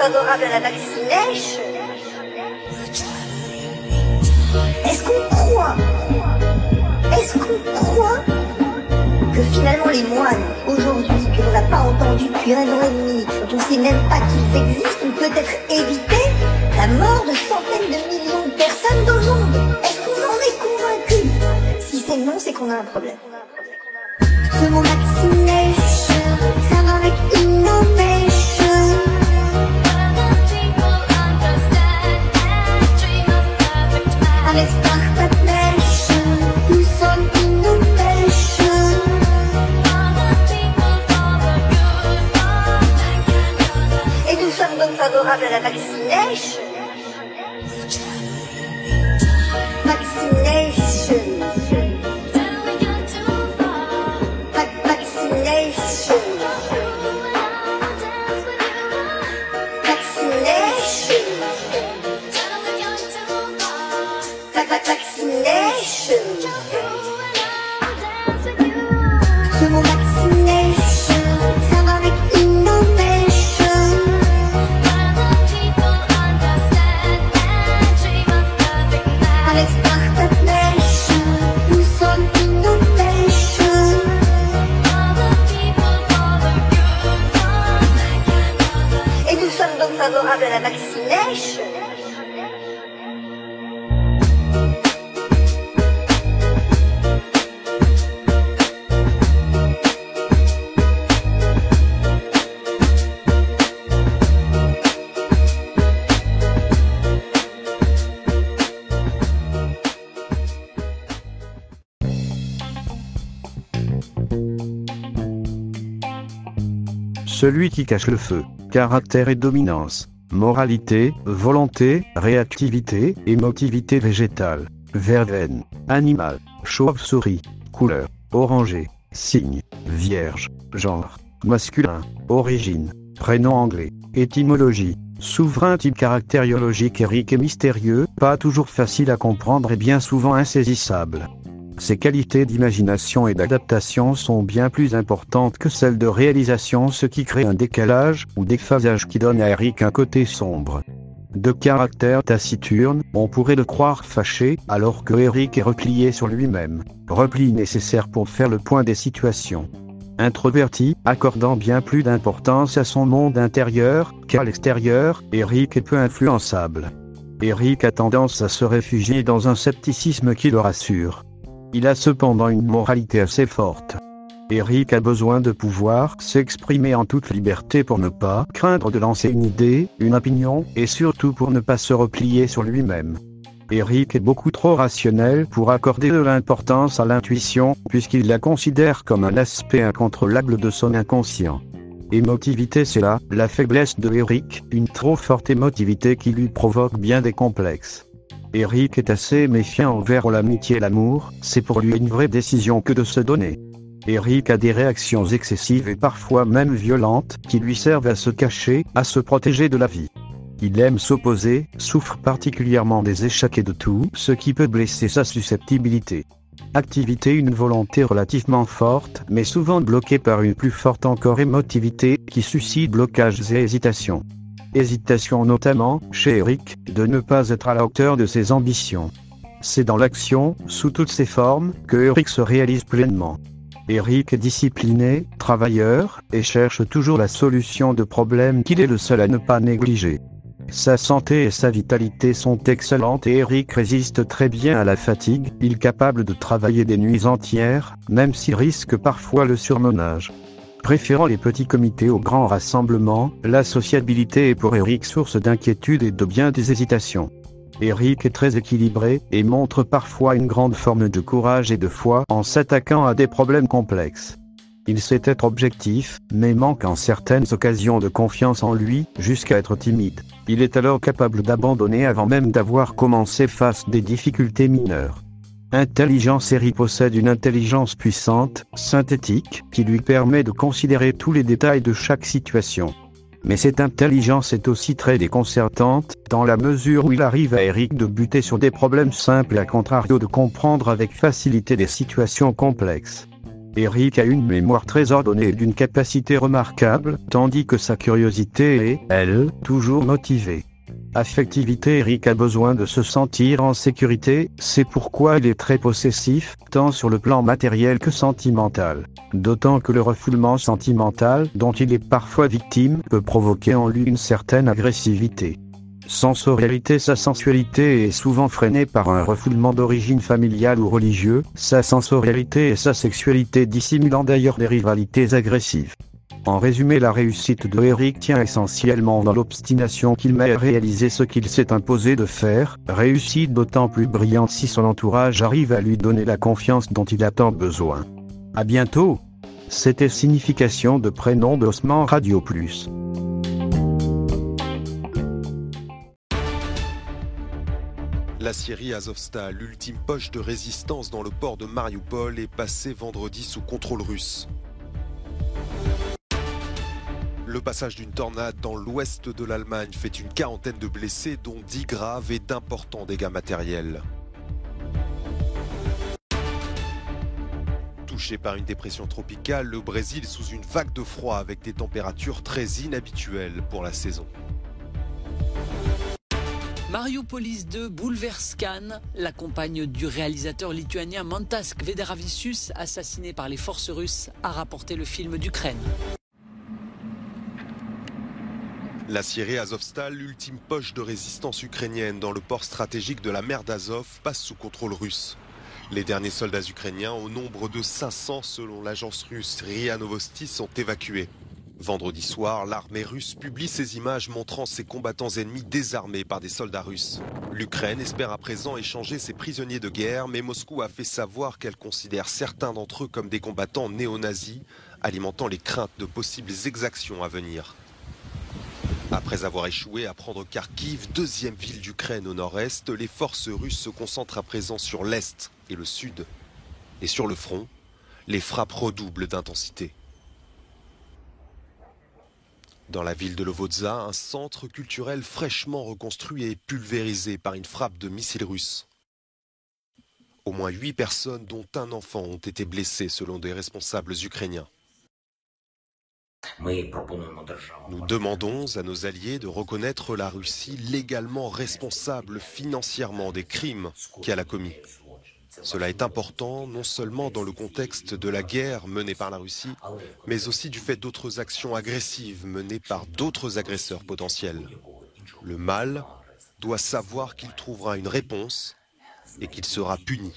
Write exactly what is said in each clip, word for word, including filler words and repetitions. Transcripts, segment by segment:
favorable à la vaccination? Est-ce qu'on croit, est-ce qu'on croit que finalement les moines, aujourd'hui, que l'on n'a pas entendu depuis un an et demi, dont on sait même pas qu'ils existent, ont peut-être évité la mort de centaines de millions de personnes dans le monde? Est-ce qu'on en est convaincu? Si c'est non, c'est qu'on a un problème. Ce mot vaccination, ça va avec innovation. Avec Startup Nation, nous sommes innovation. Et nous sommes donc favorables à la vaccination. Vaccination. Vaccination. Vaccination. Vaccination. Ce mot vaccination, ça va avec innovation. Avec Startup Nation, nous sommes innovation. Et nous sommes donc favorables à la vaccination. Celui qui cache le feu, caractère et dominance, moralité, volonté, réactivité, émotivité végétale, verveine, animal, chauve-souris, couleur, orangé, signe, vierge, genre, masculin, origine, prénom anglais, étymologie, souverain type caractériologique Eric et mystérieux, pas toujours facile à comprendre et bien souvent insaisissable. Ses qualités d'imagination et d'adaptation sont bien plus importantes que celles de réalisation, ce qui crée un décalage ou déphasage qui donne à Eric un côté sombre. De caractère taciturne, on pourrait le croire fâché, alors que Eric est replié sur lui-même, repli nécessaire pour faire le point des situations. Introverti, accordant bien plus d'importance à son monde intérieur qu'à l'extérieur, Eric est peu influençable. Eric a tendance à se réfugier dans un scepticisme qui le rassure. Il a cependant une moralité assez forte. Eric a besoin de pouvoir s'exprimer en toute liberté pour ne pas craindre de lancer une idée, une opinion, et surtout pour ne pas se replier sur lui-même. Eric est beaucoup trop rationnel pour accorder de l'importance à l'intuition, puisqu'il la considère comme un aspect incontrôlable de son inconscient. Émotivité, c'est là la faiblesse de Eric, une trop forte émotivité qui lui provoque bien des complexes. Eric est assez méfiant envers l'amitié et l'amour, c'est pour lui une vraie décision que de se donner. Eric a des réactions excessives et parfois même violentes, qui lui servent à se cacher, à se protéger de la vie. Il aime s'opposer, souffre particulièrement des échecs et de tout ce qui peut blesser sa susceptibilité. Activité, une volonté relativement forte, mais souvent bloquée par une plus forte encore émotivité, qui suscite blocages et hésitations. Hésitation notamment, chez Eric, de ne pas être à la hauteur de ses ambitions. C'est dans l'action, sous toutes ses formes, que Eric se réalise pleinement. Eric est discipliné, travailleur, et cherche toujours la solution de problèmes qu'il est le seul à ne pas négliger. Sa santé et sa vitalité sont excellentes et Eric résiste très bien à la fatigue, il est capable de travailler des nuits entières, même s'il risque parfois le surmenage. Préférant les petits comités aux grands rassemblements, la sociabilité est pour Eric source d'inquiétude et de bien des hésitations. Eric est très équilibré, et montre parfois une grande forme de courage et de foi en s'attaquant à des problèmes complexes. Il sait être objectif, mais manque en certaines occasions de confiance en lui, jusqu'à être timide. Il est alors capable d'abandonner avant même d'avoir commencé face des difficultés mineures. Intelligence, Eric possède une intelligence puissante, synthétique, qui lui permet de considérer tous les détails de chaque situation. Mais cette intelligence est aussi très déconcertante, dans la mesure où il arrive à Eric de buter sur des problèmes simples et à contrario de comprendre avec facilité des situations complexes. Eric a une mémoire très ordonnée et d'une capacité remarquable, tandis que sa curiosité est, elle, toujours motivée. Affectivité. Eric a besoin de se sentir en sécurité, c'est pourquoi il est très possessif, tant sur le plan matériel que sentimental. D'autant que le refoulement sentimental, dont il est parfois victime, peut provoquer en lui une certaine agressivité. Sensorialité. Sa sensualité est souvent freinée par un refoulement d'origine familiale ou religieux, sa sensorialité et sa sexualité dissimulant d'ailleurs des rivalités agressives. En résumé, la réussite de Eric tient essentiellement dans l'obstination qu'il met à réaliser ce qu'il s'est imposé de faire, réussite d'autant plus brillante si son entourage arrive à lui donner la confiance dont il a tant besoin. À bientôt. C'était Signification de prénom d'Osman Radio Plus. L'aciérie Azovstal, l'ultime poche de résistance dans le port de Marioupol, est passée vendredi sous contrôle russe. Le passage d'une tornade dans l'ouest de l'Allemagne fait une quarantaine de blessés, dont dix graves et d'importants dégâts matériels. Touché par une dépression tropicale, le Brésil est sous une vague de froid avec des températures très inhabituelles pour la saison. Mariupolis deux bouleverse Cannes. La compagne du réalisateur lituanien Mantas Kvedaravičius, assassiné par les forces russes, a rapporté le film d'Ukraine. L'aciérie Azovstal, l'ultime poche de résistance ukrainienne dans le port stratégique de la mer d'Azov, passe sous contrôle russe. Les derniers soldats ukrainiens, au nombre de cinq cents selon l'agence russe RIA Novosti, sont évacués. Vendredi soir, l'armée russe publie ces images montrant ses combattants ennemis désarmés par des soldats russes. L'Ukraine espère à présent échanger ses prisonniers de guerre, mais Moscou a fait savoir qu'elle considère certains d'entre eux comme des combattants néo-nazis, alimentant les craintes de possibles exactions à venir. Après avoir échoué à prendre Kharkiv, deuxième ville d'Ukraine au nord-est, les forces russes se concentrent à présent sur l'est et le sud. Et sur le front, les frappes redoublent d'intensité. Dans la ville de Lovodza, un centre culturel fraîchement reconstruit est pulvérisé par une frappe de missiles russes. Au moins huit personnes, dont un enfant, ont été blessées selon des responsables ukrainiens. Nous demandons à nos alliés de reconnaître la Russie légalement responsable financièrement des crimes qu'elle a commis. Cela est important non seulement dans le contexte de la guerre menée par la Russie, mais aussi du fait d'autres actions agressives menées par d'autres agresseurs potentiels. Le mal doit savoir qu'il trouvera une réponse et qu'il sera puni.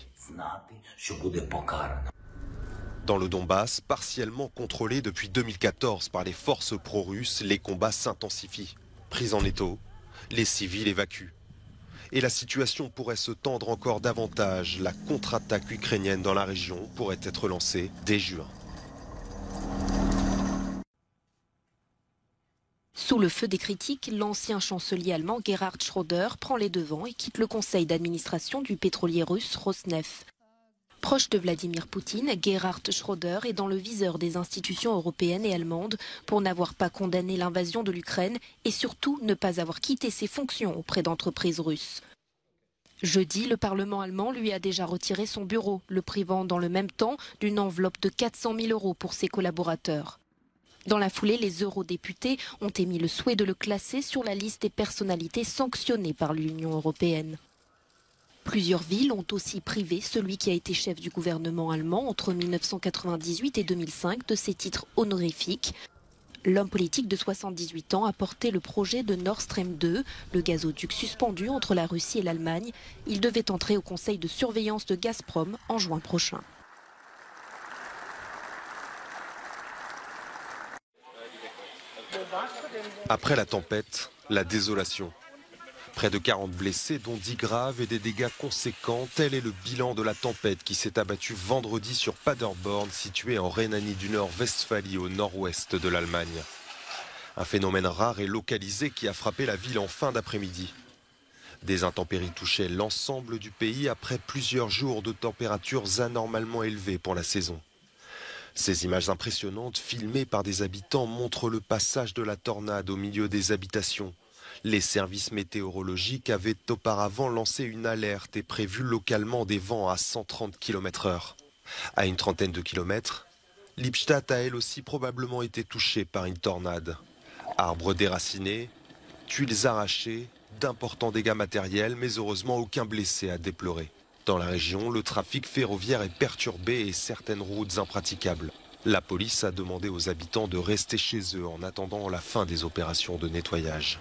Dans le Donbass, partiellement contrôlé depuis deux mille quatorze par les forces pro-russes, les combats s'intensifient. Pris en étau, les civils évacuent. Et la situation pourrait se tendre encore davantage. La contre-attaque ukrainienne dans la région pourrait être lancée dès juin. Sous le feu des critiques, l'ancien chancelier allemand Gerhard Schröder prend les devants et quitte le conseil d'administration du pétrolier russe Rosneft. Proche de Vladimir Poutine, Gerhard Schröder est dans le viseur des institutions européennes et allemandes pour n'avoir pas condamné l'invasion de l'Ukraine et surtout ne pas avoir quitté ses fonctions auprès d'entreprises russes. Jeudi, le Parlement allemand lui a déjà retiré son bureau, le privant dans le même temps d'une enveloppe de quatre cent mille euros pour ses collaborateurs. Dans la foulée, les eurodéputés ont émis le souhait de le classer sur la liste des personnalités sanctionnées par l'Union européenne. Plusieurs villes ont aussi privé celui qui a été chef du gouvernement allemand entre mille neuf cent quatre-vingt-dix-huit et deux mille cinq de ses titres honorifiques. L'homme politique de soixante-dix-huit ans a porté le projet de Nord Stream deux, le gazoduc suspendu entre la Russie et l'Allemagne. Il devait entrer au conseil de surveillance de Gazprom en juin prochain. Après la tempête, la désolation. Près de quarante blessés, dont dix graves et des dégâts conséquents. Tel est le bilan de la tempête qui s'est abattue vendredi sur Paderborn, situé en Rhénanie du Nord-Westphalie, au nord-ouest de l'Allemagne. Un phénomène rare et localisé qui a frappé la ville en fin d'après-midi. Des intempéries touchaient l'ensemble du pays après plusieurs jours de températures anormalement élevées pour la saison. Ces images impressionnantes, filmées par des habitants, montrent le passage de la tornade au milieu des habitations. Les services météorologiques avaient auparavant lancé une alerte et prévu localement des vents à cent trente kilomètres heure. À une trentaine de kilomètres, Lippstadt a elle aussi probablement été touchée par une tornade. Arbres déracinés, tuiles arrachées, d'importants dégâts matériels, mais heureusement aucun blessé à déplorer. Dans la région, le trafic ferroviaire est perturbé et certaines routes impraticables. La police a demandé aux habitants de rester chez eux en attendant la fin des opérations de nettoyage.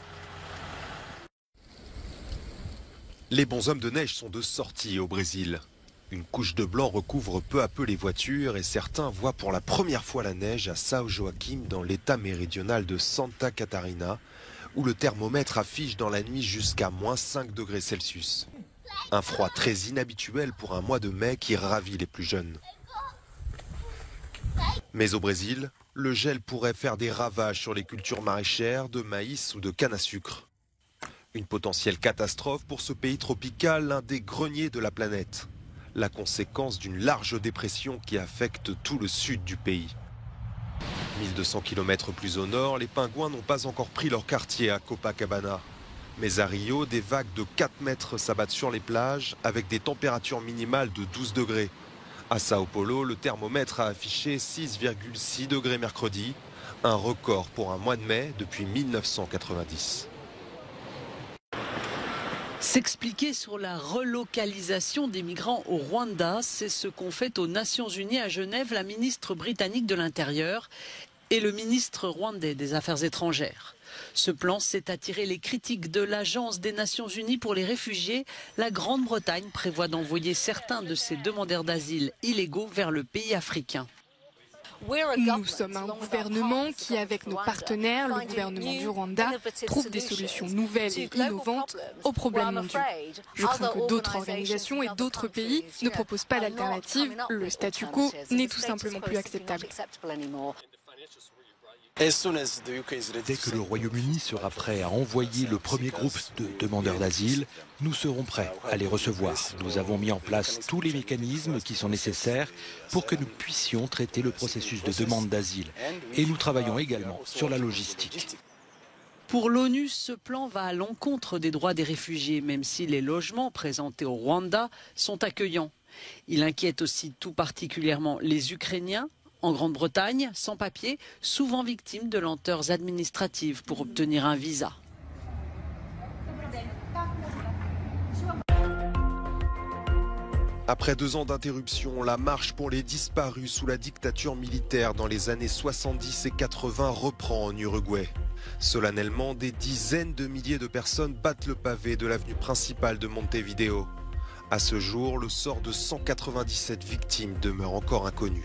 Les bonshommes de neige sont de sortie au Brésil. Une couche de blanc recouvre peu à peu les voitures et certains voient pour la première fois la neige à São Joaquim dans l'état méridional de Santa Catarina, où le thermomètre affiche dans la nuit jusqu'à moins cinq degrés Celsius. Un froid très inhabituel pour un mois de mai qui ravit les plus jeunes. Mais au Brésil, le gel pourrait faire des ravages sur les cultures maraîchères de maïs ou de canne à sucre. Une potentielle catastrophe pour ce pays tropical, l'un des greniers de la planète. La conséquence d'une large dépression qui affecte tout le sud du pays. mille deux cents kilomètres plus au nord, les pingouins n'ont pas encore pris leur quartier à Copacabana. Mais à Rio, des vagues de quatre mètres s'abattent sur les plages avec des températures minimales de douze degrés. À Sao Paulo, le thermomètre a affiché six virgule six degrés mercredi, un record pour un mois de mai depuis mille neuf cent quatre-vingt-dix. S'expliquer sur la relocalisation des migrants au Rwanda, c'est ce qu'ont fait aux Nations Unies à Genève la ministre britannique de l'Intérieur et le ministre rwandais des Affaires étrangères. Ce plan s'est attiré les critiques de l'Agence des Nations Unies pour les réfugiés. La Grande-Bretagne prévoit d'envoyer certains de ses demandeurs d'asile illégaux vers le pays africain. Nous sommes un gouvernement qui, avec nos partenaires, le gouvernement du Rwanda, trouve des solutions nouvelles et innovantes aux problèmes mondiaux. Je crains que d'autres organisations et d'autres pays ne proposent pas d'alternative. Le statu quo n'est tout simplement plus acceptable. Dès que le Royaume-Uni sera prêt à envoyer le premier groupe de demandeurs d'asile, nous serons prêts à les recevoir. Nous avons mis en place tous les mécanismes qui sont nécessaires pour que nous puissions traiter le processus de demande d'asile. Et nous travaillons également sur la logistique. Pour l'ONU, ce plan va à l'encontre des droits des réfugiés, même si les logements présentés au Rwanda sont accueillants. Il inquiète aussi tout particulièrement les Ukrainiens, en Grande-Bretagne, sans papier, souvent victimes de lenteurs administratives pour obtenir un visa. Après deux ans d'interruption, la marche pour les disparus sous la dictature militaire dans les années soixante-dix et quatre-vingts reprend en Uruguay. Solennellement, des dizaines de milliers de personnes battent le pavé de l'avenue principale de Montevideo. À ce jour, le sort de cent quatre-vingt-dix-sept victimes demeure encore inconnu.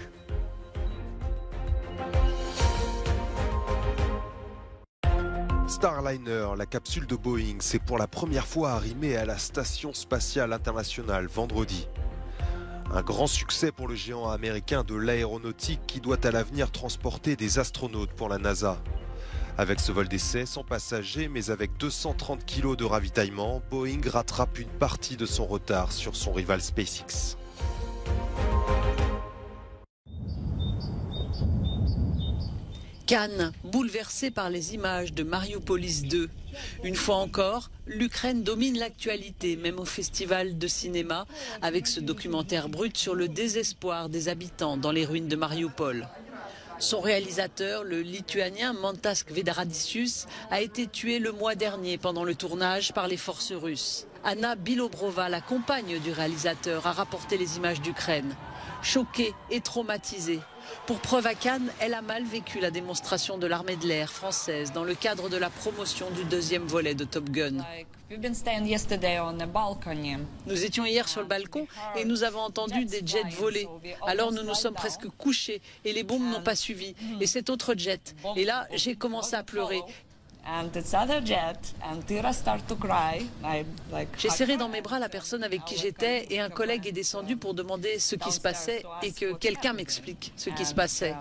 Starliner, la capsule de Boeing, s'est pour la première fois arrimée à la Station spatiale internationale vendredi. Un grand succès pour le géant américain de l'aéronautique qui doit à l'avenir transporter des astronautes pour la NASA. Avec ce vol d'essai sans passagers mais avec deux cent trente kilos de ravitaillement, Boeing rattrape une partie de son retard sur son rival SpaceX. Cannes, bouleversée par les images de Mariupolis deux. Une fois encore, l'Ukraine domine l'actualité, même au festival de cinéma, avec ce documentaire brut sur le désespoir des habitants dans les ruines de Mariupol. Son réalisateur, le lituanien Mantas Kvedaravičius, a été tué le mois dernier pendant le tournage par les forces russes. Anna Bilobrova, la compagne du réalisateur, a rapporté les images d'Ukraine. Choquée et traumatisée. Pour preuve à Cannes, elle a mal vécu la démonstration de l'armée de l'air française dans le cadre de la promotion du deuxième volet de Top Gun. Nous étions hier sur le balcon et nous avons entendu des jets voler. Alors nous nous sommes presque couchés et les bombes n'ont pas suivi. Et cet autre jet. Et là, j'ai commencé à pleurer. J'ai serré dans mes bras la personne avec qui j'étais et un collègue est descendu pour demander ce qui se passait et que quelqu'un m'explique ce qui se passait.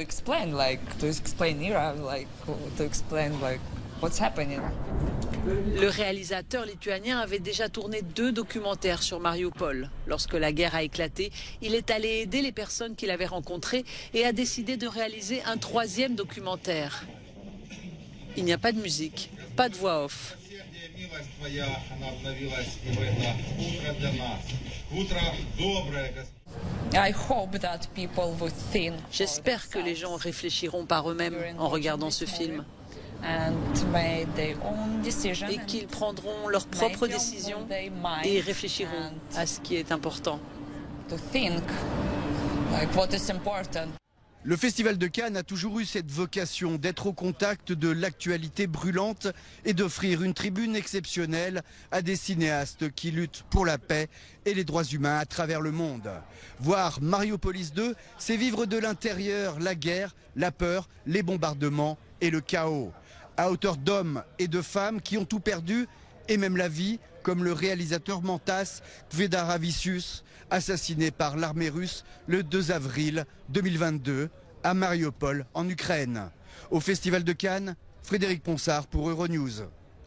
Le réalisateur lituanien avait déjà tourné deux documentaires sur Mariupol. Lorsque la guerre a éclaté, il est allé aider les personnes qu'il avait rencontrées et a décidé de réaliser un troisième documentaire. Il n'y a pas de musique, pas de voix off. J'espère que les gens réfléchiront par eux-mêmes en regardant ce film et qu'ils prendront leurs propres décisions et réfléchiront à ce qui est important. Le Festival de Cannes a toujours eu cette vocation d'être au contact de l'actualité brûlante et d'offrir une tribune exceptionnelle à des cinéastes qui luttent pour la paix et les droits humains à travers le monde. Voir Mariopolis deux, c'est vivre de l'intérieur la guerre, la peur, les bombardements et le chaos. À hauteur d'hommes et de femmes qui ont tout perdu et même la vie, comme le réalisateur Mantas Kvedaravičius, assassiné par l'armée russe le deux avril deux mille vingt-deux à Mariupol en Ukraine. Au Festival de Cannes, Frédéric Ponsard pour Euronews.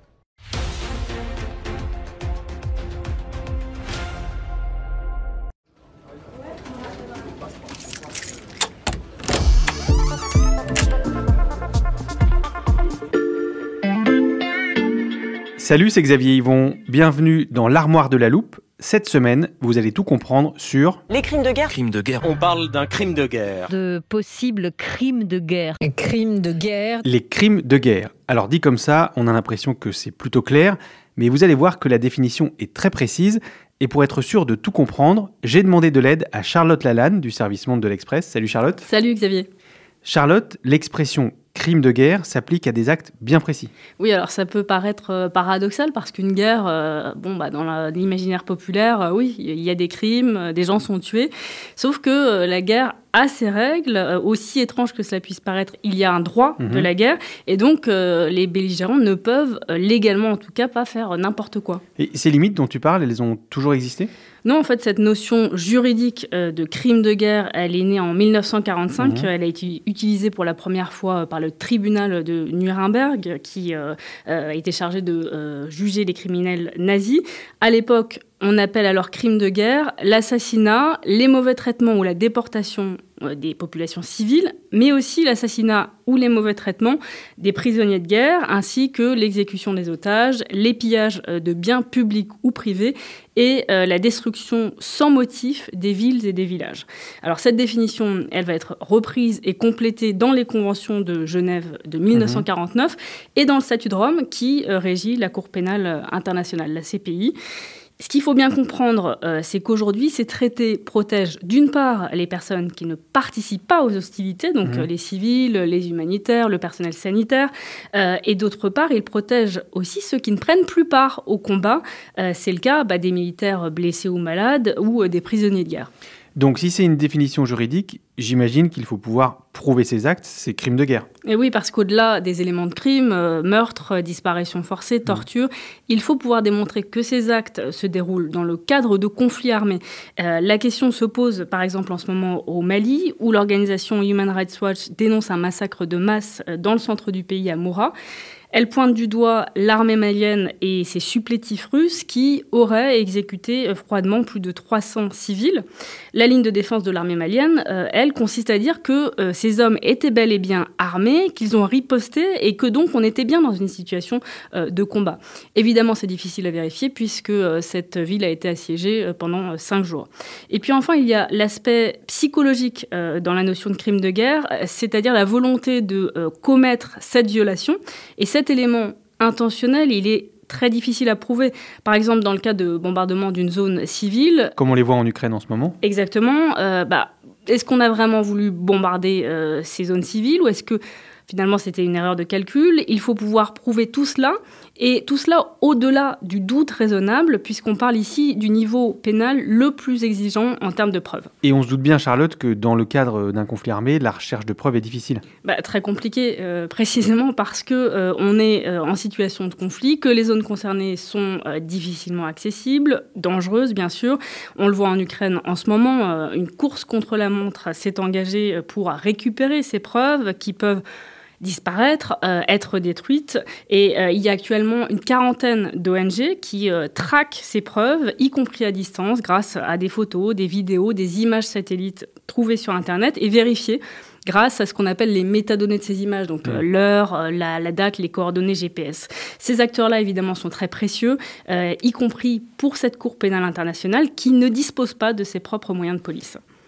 Salut, c'est Xavier Yvon. Bienvenue dans l'Armoire de la Loupe. Cette semaine, vous allez tout comprendre sur... Les crimes de guerre. Crimes de guerre. On parle d'un crime de guerre. De possibles crimes de guerre. Crimes de guerre. Les crimes de guerre. Alors dit comme ça, on a l'impression que c'est plutôt clair, mais vous allez voir que la définition est très précise. Et pour être sûr de tout comprendre, j'ai demandé de l'aide à Charlotte Lalanne du service Monde de l'Express. Salut Charlotte. Salut Xavier. Charlotte, l'expression crime de guerre s'applique à des actes bien précis. Oui, alors ça peut paraître euh, paradoxal parce qu'une guerre, euh, bon, bah, dans la, l'imaginaire populaire, euh, oui, il y a des crimes, euh, des gens sont tués. Sauf que euh, la guerre a ses règles, euh, aussi étrange que cela puisse paraître, il y a un droit mmh. de la guerre. Et donc, euh, les belligérants ne peuvent, euh, légalement en tout cas, pas faire n'importe quoi. Et ces limites dont tu parles, elles ont toujours existé ? Non, en fait, cette notion juridique euh, de crime de guerre, elle est née en mille neuf cent quarante-cinq. Mmh. Elle a été utilisée pour la première fois par le tribunal de Nuremberg, qui euh, euh, a été chargé de euh, juger les criminels nazis. À l'époque, on appelle alors crime de guerre l'assassinat, les mauvais traitements ou la déportation euh, des populations civiles, mais aussi l'assassinat ou les mauvais traitements des prisonniers de guerre, ainsi que l'exécution des otages, les pillages euh, de biens publics ou privés et euh, la destruction sans motif des villes et des villages. Alors cette définition, elle va être reprise et complétée dans les conventions de Genève de mille neuf cent quarante-neuf mmh. et dans le statut de Rome qui euh, régit la Cour pénale internationale, la C P I. Ce qu'il faut bien comprendre, euh, c'est qu'aujourd'hui, ces traités protègent d'une part les personnes qui ne participent pas aux hostilités, donc mmh. euh, les civils, les humanitaires, le personnel sanitaire, euh, et d'autre part, ils protègent aussi ceux qui ne prennent plus part au combat. Euh, c'est le cas bah, des militaires blessés ou malades ou euh, des prisonniers de guerre. Donc si c'est une définition juridique, j'imagine qu'il faut pouvoir prouver ces actes, ces crimes de guerre. Et oui, parce qu'au-delà des éléments de crime, euh, meurtre, disparition forcée, torture, mmh. il faut pouvoir démontrer que ces actes se déroulent dans le cadre de conflits armés. Euh, la question se pose par exemple en ce moment au Mali, où l'organisation Human Rights Watch dénonce un massacre de masse dans le centre du pays, à Moura. Elle pointe du doigt l'armée malienne et ses supplétifs russes qui auraient exécuté froidement plus de trois cents civils. La ligne de défense de l'armée malienne, euh, elle, consiste à dire que euh, ces hommes étaient bel et bien armés, qu'ils ont riposté et que donc on était bien dans une situation euh, de combat. Évidemment, c'est difficile à vérifier puisque euh, cette ville a été assiégée euh, pendant euh, cinq jours. Et puis enfin, il y a l'aspect psychologique euh, dans la notion de crime de guerre, c'est-à-dire la volonté de euh, commettre cette violation. Et cet élément intentionnel, il est très difficile à prouver. Par exemple, dans le cas de bombardement d'une zone civile... Comme on les voit en Ukraine en ce moment. Exactement. Euh, bah, est-ce qu'on a vraiment voulu bombarder euh, ces zones civiles ou est-ce que finalement c'était une erreur de calcul ? Il faut pouvoir prouver tout cela. Et tout cela au-delà du doute raisonnable, puisqu'on parle ici du niveau pénal le plus exigeant en termes de preuves. Et on se doute bien, Charlotte, que dans le cadre d'un conflit armé, la recherche de preuves est difficile. Bah, très compliqué, euh, précisément parce qu'on euh, est euh, en situation de conflit, que les zones concernées sont euh, difficilement accessibles, dangereuses bien sûr. On le voit en Ukraine en ce moment, euh, une course contre la montre s'est engagée pour récupérer ces preuves qui peuvent disparaître, euh, être détruites. Et euh, il y a actuellement une quarantaine d'O N G qui euh, traquent ces preuves, y compris à distance, grâce à des photos, des vidéos, des images satellites trouvées sur Internet et vérifiées grâce à ce qu'on appelle les métadonnées de ces images, donc euh, l'heure, euh, la, la date, les coordonnées G P S. Ces acteurs-là, évidemment, sont très précieux, euh, y compris pour cette Cour pénale internationale qui ne dispose pas de ses propres moyens de police.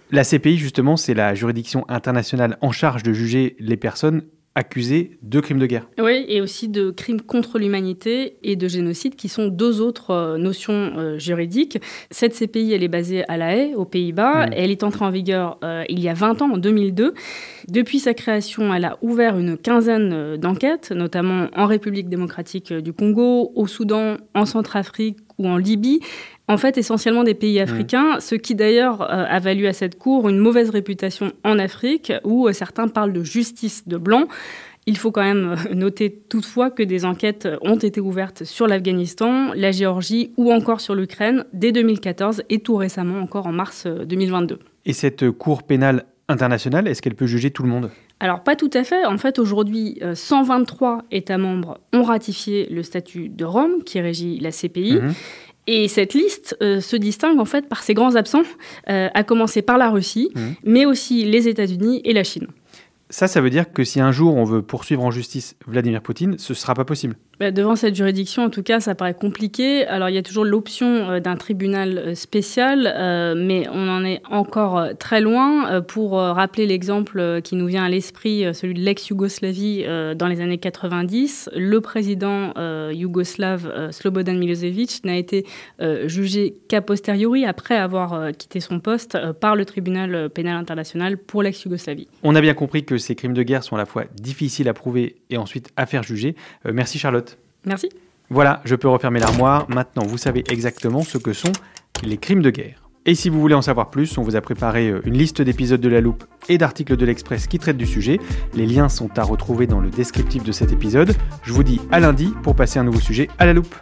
La C P I, justement, c'est la juridiction internationale en charge de juger les personnes accusés de crimes de guerre. Oui, et aussi de crimes contre l'humanité et de génocide, qui sont deux autres euh, notions euh, juridiques. Cette C P I, elle est basée à La Haye, aux Pays-Bas. Mmh. Elle est entrée en vigueur euh, il y a vingt ans, en deux mille deux. Depuis sa création, elle a ouvert une quinzaine d'enquêtes, notamment en République démocratique du Congo, au Soudan, en Centrafrique ou en Libye. En fait, essentiellement des pays africains, mmh. ce qui d'ailleurs euh, a valu à cette cour une mauvaise réputation en Afrique, où euh, certains parlent de justice de blanc. Il faut quand même noter toutefois que des enquêtes ont été ouvertes sur l'Afghanistan, la Géorgie ou encore sur l'Ukraine dès deux mille quatorze et tout récemment encore en mars deux mille vingt-deux. Et cette cour pénale internationale, est-ce qu'elle peut juger tout le monde ? Alors, pas tout à fait. En fait, aujourd'hui, cent vingt-trois États membres ont ratifié le statut de Rome qui régit la C P I. Mmh. Et cette liste euh, se distingue en fait par ses grands absents, euh, à commencer par la Russie, mmh. mais aussi les États-Unis et la Chine. Ça, ça veut dire que si un jour on veut poursuivre en justice Vladimir Poutine, ce ne sera pas possible. Bah, devant cette juridiction, en tout cas, ça paraît compliqué. Alors, il y a toujours l'option euh, d'un tribunal euh, spécial, euh, mais on en est encore euh, très loin. Euh, pour euh, rappeler l'exemple euh, qui nous vient à l'esprit, euh, celui de l'ex-Yougoslavie euh, dans les années quatre-vingt-dix, le président euh, yougoslave euh, Slobodan Milosevic n'a été euh, jugé qu'a posteriori, après avoir euh, quitté son poste, euh, par le tribunal pénal international pour l'ex-Yougoslavie. On a bien compris que ces crimes de guerre sont à la fois difficiles à prouver et ensuite à faire juger. Euh, merci Charlotte. Merci. Voilà, je peux refermer l'armoire. Maintenant, vous savez exactement ce que sont les crimes de guerre. Et si vous voulez en savoir plus, on vous a préparé une liste d'épisodes de La Loupe et d'articles de l'Express qui traitent du sujet. Les liens sont à retrouver dans le descriptif de cet épisode. Je vous dis à lundi pour passer un nouveau sujet à La Loupe.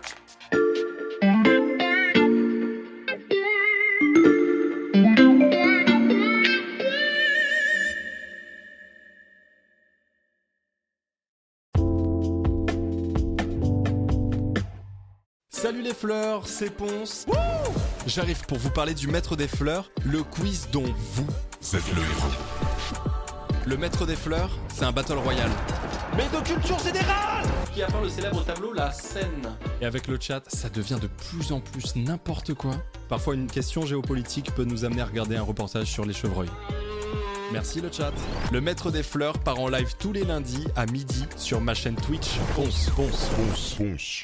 Salut les fleurs, c'est Ponce. Wouh, j'arrive pour vous parler du Maître des Fleurs, le quiz dont vous êtes le héros. Le Maître des Fleurs, c'est un battle royal. Mais de culture générale qui a peint le célèbre tableau La Seine. Et avec le chat, ça devient de plus en plus n'importe quoi. Parfois, une question géopolitique peut nous amener à regarder un reportage sur les chevreuils. Merci le chat. Le Maître des Fleurs part en live tous les lundis à midi sur ma chaîne Twitch. Ponce, ponce, ponce, ponce.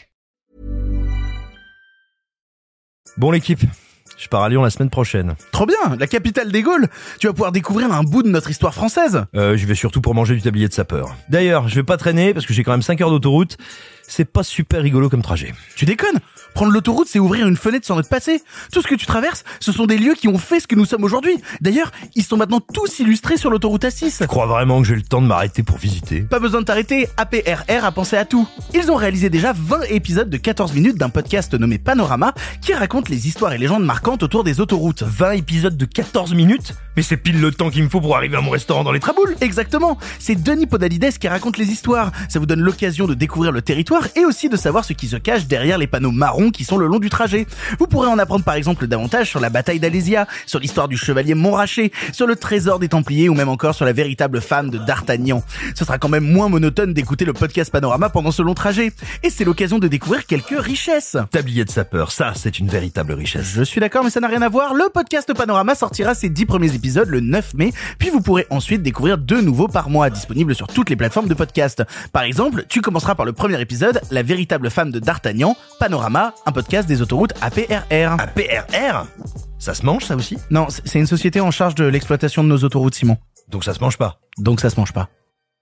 Bon l'équipe, je pars à Lyon la semaine prochaine. Trop bien, la capitale des Gaules. Tu vas pouvoir découvrir un bout de notre histoire française. Euh, je vais surtout pour manger du tablier de sapeur. D'ailleurs, je vais pas traîner parce que j'ai quand même cinq heures d'autoroute. C'est pas super rigolo comme trajet. Tu déconnes ? Prendre l'autoroute, c'est ouvrir une fenêtre sur notre passé. Tout ce que tu traverses, ce sont des lieux qui ont fait ce que nous sommes aujourd'hui. D'ailleurs, ils sont maintenant tous illustrés sur l'autoroute A six. Tu crois vraiment que j'ai le temps de m'arrêter pour visiter ? Pas besoin de t'arrêter, A P R R a pensé à tout. Ils ont réalisé déjà vingt épisodes de quatorze minutes d'un podcast nommé Panorama qui raconte les histoires et légendes marquantes autour des autoroutes. vingt épisodes de quatorze minutes ? Mais c'est pile le temps qu'il me faut pour arriver à mon restaurant dans les Traboules. Exactement. C'est Denis Podalides qui raconte les histoires. Ça vous donne l'occasion de découvrir le territoire et aussi de savoir ce qui se cache derrière les panneaux marrons qui sont le long du trajet. Vous pourrez en apprendre par exemple davantage sur la bataille d'Alésia, sur l'histoire du chevalier Montrachet, sur le trésor des Templiers ou même encore sur la véritable femme de D'Artagnan. Ce sera quand même moins monotone d'écouter le podcast Panorama pendant ce long trajet. Et c'est l'occasion de découvrir quelques richesses. Tablier de sapeur, ça c'est une véritable richesse. Je suis d'accord mais ça n'a rien à voir. Le podcast Panorama sortira ses dix premiers épisodes le neuf mai, puis vous pourrez ensuite découvrir deux nouveaux par mois, disponibles sur toutes les plateformes de podcast. Par exemple, tu commenceras par le premier épisode, La véritable femme de D'Artagnan, Panorama, un podcast des autoroutes A P R R. A P R R ? Ça se mange ça aussi ? Non, c'est une société en charge de l'exploitation de nos autoroutes, Simon. Donc ça se mange pas ? Donc ça se mange pas.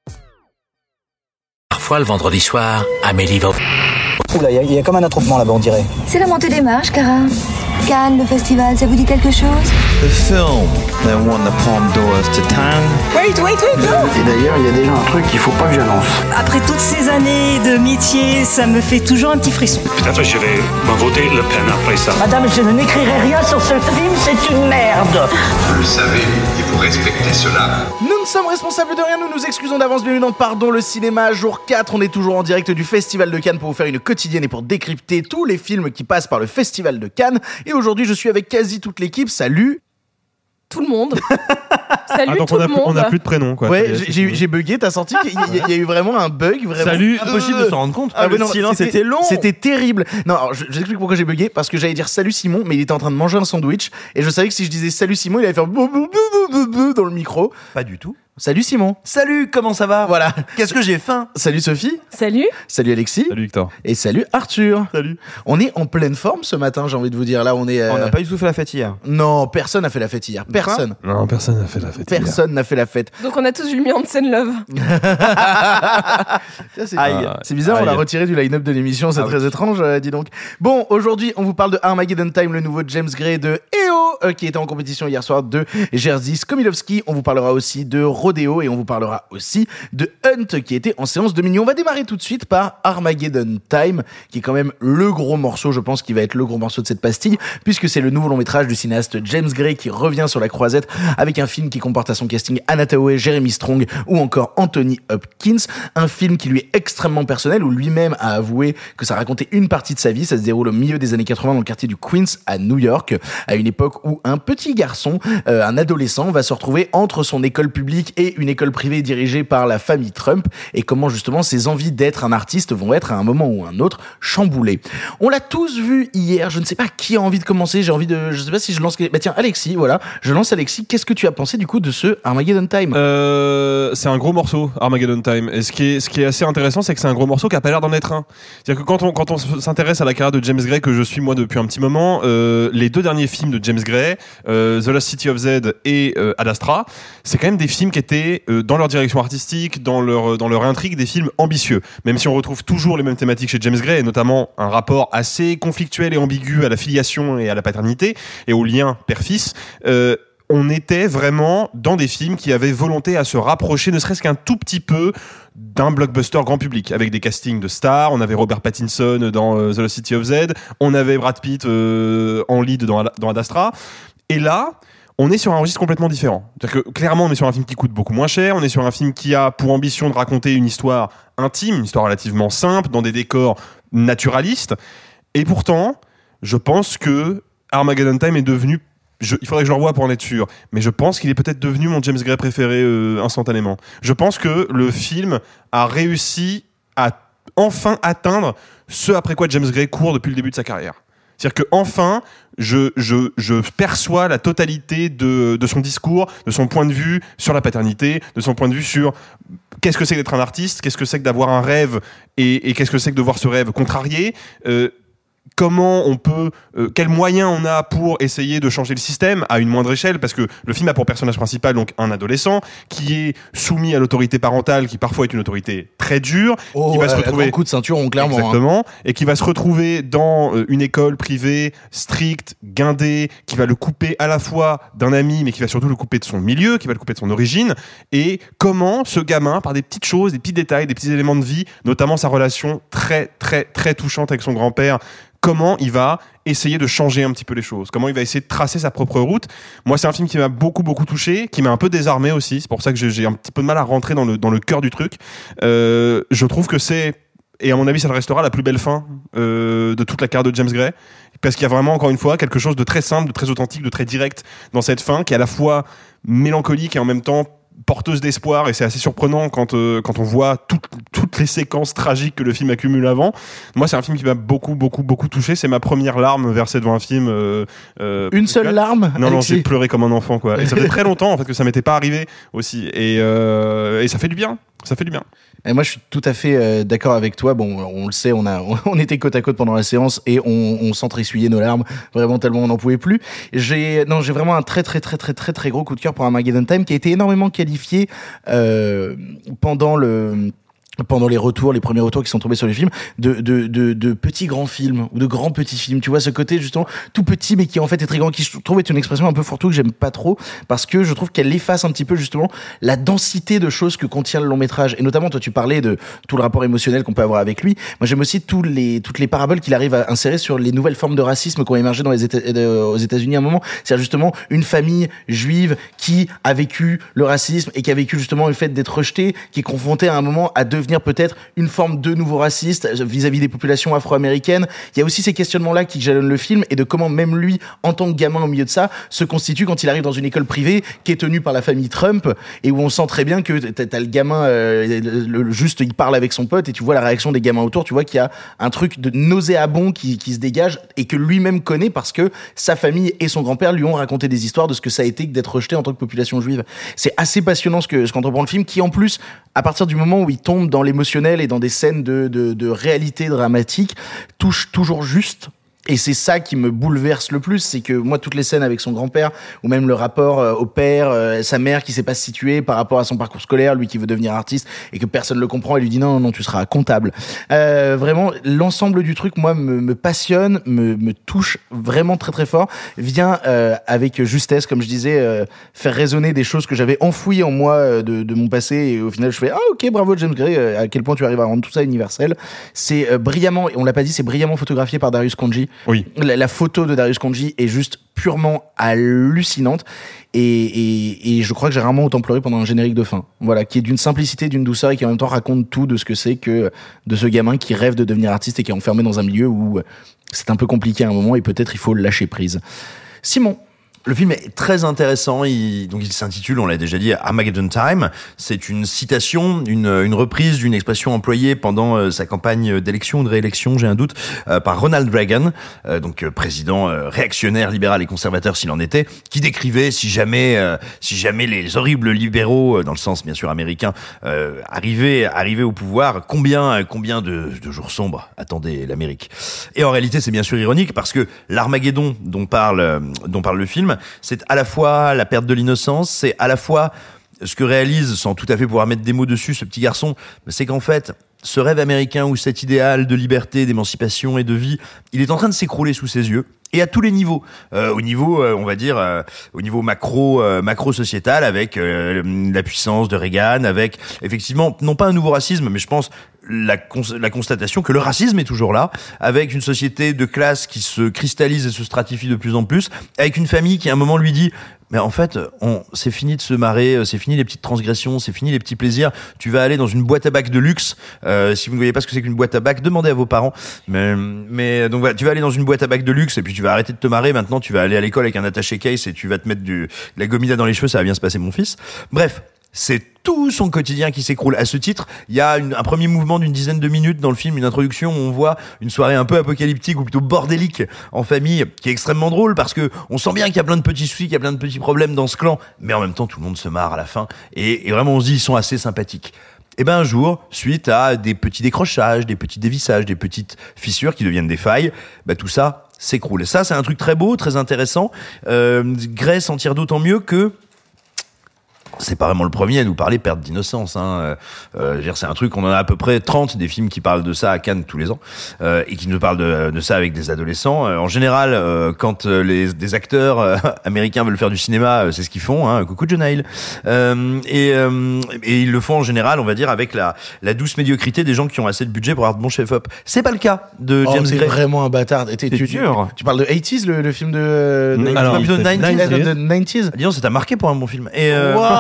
Parfois le vendredi soir, Amélie va... Oula, il y, y a comme un attroupement là-bas, on dirait. C'est la montée des marches, Cara. Cannes, le festival, ça vous dit quelque chose? The film that won the Palme d'Or to Town. Wait, wait, wait, no. Et d'ailleurs, il y a déjà un truc qu'il faut pas que j'annonce. Après toutes ces années de métier, ça me fait toujours un petit frisson. Peut-être je vais me voter Le Pen après ça. Madame, je ne n'écrirai rien sur ce film, c'est une merde. Vous le savez, et vous respectez cela. Nous ne sommes responsables de rien, nous nous excusons d'avance. Bienvenue dans Pardon le cinéma, jour quatre. On est toujours en direct du Festival de Cannes pour vous faire une quotidienne et pour décrypter tous les films qui passent par le Festival de Cannes. Et aujourd'hui, je suis avec quasi toute l'équipe. Salut tout le monde. Salut ah, donc tout on a, le monde. on a plus de prénom quoi. Ouais, j'ai, j'ai, j'ai bugué, t'as senti qu'il y, a, il y a eu vraiment un bug vraiment. Salut. Impossible de s'en rendre compte. Ah, le non, silence c'était, était long. C'était terrible. Non, alors, je, j'explique pourquoi j'ai bugué, parce que j'allais dire salut Simon, mais il était en train de manger un sandwich, et je savais que si je disais salut Simon, il allait faire bou bou bou bou bou dans le micro. Pas du tout. Salut Simon. Salut, comment ça va? Voilà. Qu'est-ce que j'ai faim? Salut Sophie. Salut. Salut Alexis. Salut Victor. Et salut Arthur. Salut. On est en pleine forme ce matin, j'ai envie de vous dire. Là, on est. Euh... On n'a pas du tout fait la fête hier. Non, personne n'a fait la fête hier. Personne. Quoi? Non, personne n'a fait la fête. Personne hier. n'a fait la fête. Donc on a tous vu le Hansen Love. Ça, c'est... Aïe. c'est bizarre, Aïe. on l'a retiré du line-up de l'émission, c'est Ah très oui. étrange, euh, dis donc. Bon, aujourd'hui, on vous parle de Armageddon Time, le nouveau James Gray de E O, euh, qui était en compétition hier soir, de Jerzy Skomilowski. On vous parlera aussi de Rodeo et on vous parlera aussi de Hunt, qui était en séance de minuit. On va démarrer tout de suite par Armageddon Time, qui est quand même le gros morceau, je pense, qui va être le gros morceau de cette pastille, puisque c'est le nouveau long métrage du cinéaste James Gray qui revient sur la croisette avec un film qui comporte à son casting Anna Thaoué, Jeremy Strong ou encore Anthony Hopkins. Un film qui lui est extrêmement personnel, où lui-même a avoué que ça racontait une partie de sa vie. Ça se déroule au milieu des années quatre-vingts dans le quartier du Queens à New York, à une époque où un petit garçon, euh, un adolescent, va se retrouver entre son école publique et une école privée dirigée par la famille Trump, et comment justement ses envies d'être un artiste vont être à un moment ou un autre chamboulées. On l'a tous vu hier, je ne sais pas qui a envie de commencer, j'ai envie de... Je sais pas si je lance... Bah tiens, Alexis, voilà, je lance Alexis. Qu'est-ce que tu as pensé du coup de ce Armageddon Time? Euh, c'est un gros morceau, Armageddon Time. Et ce qui est, ce qui est assez intéressant, c'est que c'est un gros morceau qui a pas l'air d'en être un. C'est-à-dire que quand on, quand on s'intéresse à la carrière de James Gray, que je suis moi depuis un petit moment, euh, les deux derniers films de James Gray, euh, The Lost City of Z et euh, Ad Astra, c'est quand même des films qui étaient euh, dans leur direction artistique, dans leur, dans leur intrigue, des films ambitieux. Même si on retrouve toujours les mêmes thématiques chez James Gray, et notamment un rapport assez conflictuel et ambigu à la filiation et à la paternité, et au lien père-fils, euh, on était vraiment dans des films qui avaient volonté à se rapprocher, ne serait-ce qu'un tout petit peu, d'un blockbuster grand public, avec des castings de stars. On avait Robert Pattinson dans euh, The Lost City of Z, on avait Brad Pitt euh, en lead dans, dans Ad Astra, et là on est sur un registre complètement différent. C'est-à-dire que clairement, on est sur un film qui coûte beaucoup moins cher, on est sur un film qui a pour ambition de raconter une histoire intime, une histoire relativement simple, dans des décors naturalistes, et pourtant, je pense que Armageddon Time est devenu... Je, il faudrait que je le revoie pour en être sûr, mais je pense qu'il est peut-être devenu mon James Gray préféré euh, instantanément. Je pense que le film a réussi à enfin atteindre ce après quoi James Gray court depuis le début de sa carrière. C'est-à-dire que enfin, je, je, je perçois la totalité de, de son discours, de son point de vue sur la paternité, de son point de vue sur qu'est-ce que c'est d'être un artiste, qu'est-ce que c'est que d'avoir un rêve et, et qu'est-ce que c'est que de voir ce rêve contrarié. Euh, Comment on peut, euh, quels moyens on a pour essayer de changer le système à une moindre échelle, parce que le film a pour personnage principal donc un adolescent qui est soumis à l'autorité parentale, qui parfois est une autorité très dure, oh, qui va euh, se retrouver un coup de ceinture, clairement, exactement, hein. Et qui va se retrouver dans euh, une école privée stricte, guindée, qui va le couper à la fois d'un ami, mais qui va surtout le couper de son milieu, qui va le couper de son origine. Et comment ce gamin, par des petites choses, des petits détails, des petits éléments de vie, notamment sa relation très très très touchante avec son grand-père, comment il va essayer de changer un petit peu les choses, comment il va essayer de tracer sa propre route. Moi, c'est un film qui m'a beaucoup, beaucoup touché, qui m'a un peu désarmé aussi. C'est pour ça que j'ai, j'ai un petit peu de mal à rentrer dans le, dans le cœur du truc. Euh, je trouve que c'est, et à mon avis, ça restera la plus belle fin euh, de toute la carrière de James Gray, parce qu'il y a vraiment, encore une fois, quelque chose de très simple, de très authentique, de très direct dans cette fin, qui est à la fois mélancolique et en même temps porteuse d'espoir, et c'est assez surprenant quand, euh, quand on voit tout, toutes les séquences tragiques que le film accumule avant. Moi, c'est un film qui m'a beaucoup, beaucoup, beaucoup touché. C'est ma première larme versée devant un film. Euh, euh, Une seule larme, Non, non, Alexis. j'ai pleuré comme un enfant, quoi. Et ça faisait très longtemps, en fait, que ça m'était pas arrivé aussi. Et, euh, et ça fait du bien. Ça fait du bien. Et moi, je suis tout à fait euh, d'accord avec toi. Bon, on le sait, on a, on était côte à côte pendant la séance et on, on s'entre-essuyait nos larmes, vraiment tellement on n'en pouvait plus. J'ai, non, j'ai vraiment un très, très, très, très, très, très gros coup de cœur pour Armageddon Time, qui a été énormément qualifié euh, pendant le. pendant les retours, les premiers retours qui sont tombés sur les films, de, de, de, de petits grands films, ou de grands petits films. Tu vois, ce côté, justement, tout petit, mais qui en fait est très grand, qui je trouve est une expression un peu fourre-tout que j'aime pas trop, parce que je trouve qu'elle efface un petit peu, justement, la densité de choses que contient le long métrage. Et notamment, toi, tu parlais de tout le rapport émotionnel qu'on peut avoir avec lui. Moi, j'aime aussi tous les, toutes les paraboles qu'il arrive à insérer sur les nouvelles formes de racisme qui ont émergé dans les États, euh, aux États-Unis à un moment. C'est-à-dire, justement, une famille juive qui a vécu le racisme et qui a vécu, justement, le fait d'être rejetée, qui est confrontée à un moment à devenir devenir peut-être une forme de nouveau raciste vis-à-vis des populations afro-américaines. Il y a aussi ces questionnements-là qui jalonnent le film et de comment même lui, en tant que gamin au milieu de ça, se constitue quand il arrive dans une école privée qui est tenue par la famille Trump et où on sent très bien que t'as, t'as le gamin, euh, le, le, juste il parle avec son pote et tu vois la réaction des gamins autour, tu vois qu'il y a un truc de nauséabond qui, qui se dégage et que lui-même connaît parce que sa famille et son grand-père lui ont raconté des histoires de ce que ça a été d'être rejeté en tant que population juive. C'est assez passionnant ce que ce qu'entreprend le film, qui en plus, à partir du moment où il tombe dans l'émotionnel et dans des scènes de, de, de réalité dramatique, touche toujours juste. Et c'est ça qui me bouleverse le plus, c'est que moi, toutes les scènes avec son grand-père, ou même le rapport euh, au père, euh, sa mère qui sait pas se situer par rapport à son parcours scolaire, lui qui veut devenir artiste, et que personne le comprend, et lui dit non, non, non, tu seras comptable. Euh, vraiment, l'ensemble du truc, moi, me, me passionne, me, me touche vraiment très très fort, vient euh, avec justesse, comme je disais, euh, faire résonner des choses que j'avais enfouies en moi euh, de, de mon passé, et au final, je fais, ah ok, bravo James Gray, euh, à quel point tu arrives à rendre tout ça universel. C'est euh, brillamment, et on l'a pas dit, c'est brillamment photographié par Darius Khondji. Oui. La, la photo de Darius Khondji est juste purement hallucinante et, et, et je crois que j'ai rarement autant pleuré pendant un générique de fin. Voilà, qui est d'une simplicité, d'une douceur et qui en même temps raconte tout de ce que c'est que de ce gamin qui rêve de devenir artiste et qui est enfermé dans un milieu où c'est un peu compliqué à un moment et peut-être il faut lâcher prise. Simon. Le film est très intéressant. Il, donc il s'intitule, on l'a déjà dit, Armageddon Time. C'est une citation, une, une reprise d'une expression employée pendant euh, sa campagne d'élection ou de réélection, j'ai un doute, euh, par Ronald Reagan, euh, donc euh, président euh, réactionnaire, libéral et conservateur s'il en était, qui décrivait si jamais, euh, si jamais les horribles libéraux, euh, dans le sens bien sûr américain, euh, arrivaient, arrivaient au pouvoir, combien, combien de, de jours sombres attendait l'Amérique. Et en réalité, c'est bien sûr ironique parce que l'Armageddon dont parle, euh, dont parle le film, c'est à la fois la perte de l'innocence, c'est à la fois ce que réalise, sans tout à fait pouvoir mettre des mots dessus, ce petit garçon, c'est qu'en fait, ce rêve américain ou cet idéal de liberté, d'émancipation et de vie, il est en train de s'écrouler sous ses yeux. Et à tous les niveaux, euh, au niveau, euh, on va dire, euh, au niveau macro, euh, macro sociétal, avec euh, la puissance de Reagan, avec effectivement, non pas un nouveau racisme, mais je pense la, cons- la constatation que le racisme est toujours là, avec une société de classe qui se cristallise et se stratifie de plus en plus, avec une famille qui à un moment lui dit mais en fait, on, c'est fini de se marrer, c'est fini les petites transgressions, c'est fini les petits plaisirs. Tu vas aller dans une boîte à bac de luxe. Euh, si vous ne voyez pas ce que c'est qu'une boîte à bac, demandez à vos parents. Mais, mais donc voilà, tu vas aller dans une boîte à bac de luxe et puis tu vas arrêter de te marrer. Maintenant, tu vas aller à l'école avec un attaché case et tu vas te mettre du, de la gomina dans les cheveux. Ça va bien se passer, mon fils. Bref. C'est tout son quotidien qui s'écroule. À ce titre, il y a une, un premier mouvement d'une dizaine de minutes dans le film, une introduction où on voit une soirée un peu apocalyptique ou plutôt bordélique en famille, qui est extrêmement drôle parce que on sent bien qu'il y a plein de petits soucis, qu'il y a plein de petits problèmes dans ce clan, mais en même temps tout le monde se marre à la fin et, et vraiment on se dit ils sont assez sympathiques. Et ben un jour, suite à des petits décrochages, des petits dévissages, des petites fissures qui deviennent des failles, ben tout ça s'écroule. Et ça, c'est un truc très beau, très intéressant. Euh, Gray s'en tire d'autant mieux que c'est pas vraiment le premier à nous parler perte d'innocence. Hein. Euh, je veux dire, c'est un truc, on en a à peu près trente des films qui parlent de ça à Cannes tous les ans euh, et qui nous parlent de, de ça avec des adolescents. Euh, en général, euh, quand euh, les, des acteurs euh, américains veulent faire du cinéma, euh, c'est ce qu'ils font. Hein. Coucou John Hill. Euh, et, euh, et ils le font en général, on va dire, avec la, la douce médiocrité des gens qui ont assez de budget pour avoir de bons chefs-op. C'est pas le cas de James oh, Gray. C'est vraiment un bâtard. Et tu, tu, tu, tu parles de quatre-vingt-dix, le, le film de... de Alors, plutôt de quatre-vingt-dix. Dis donc, ça t'a marqué pour un bon film. Et euh, wow.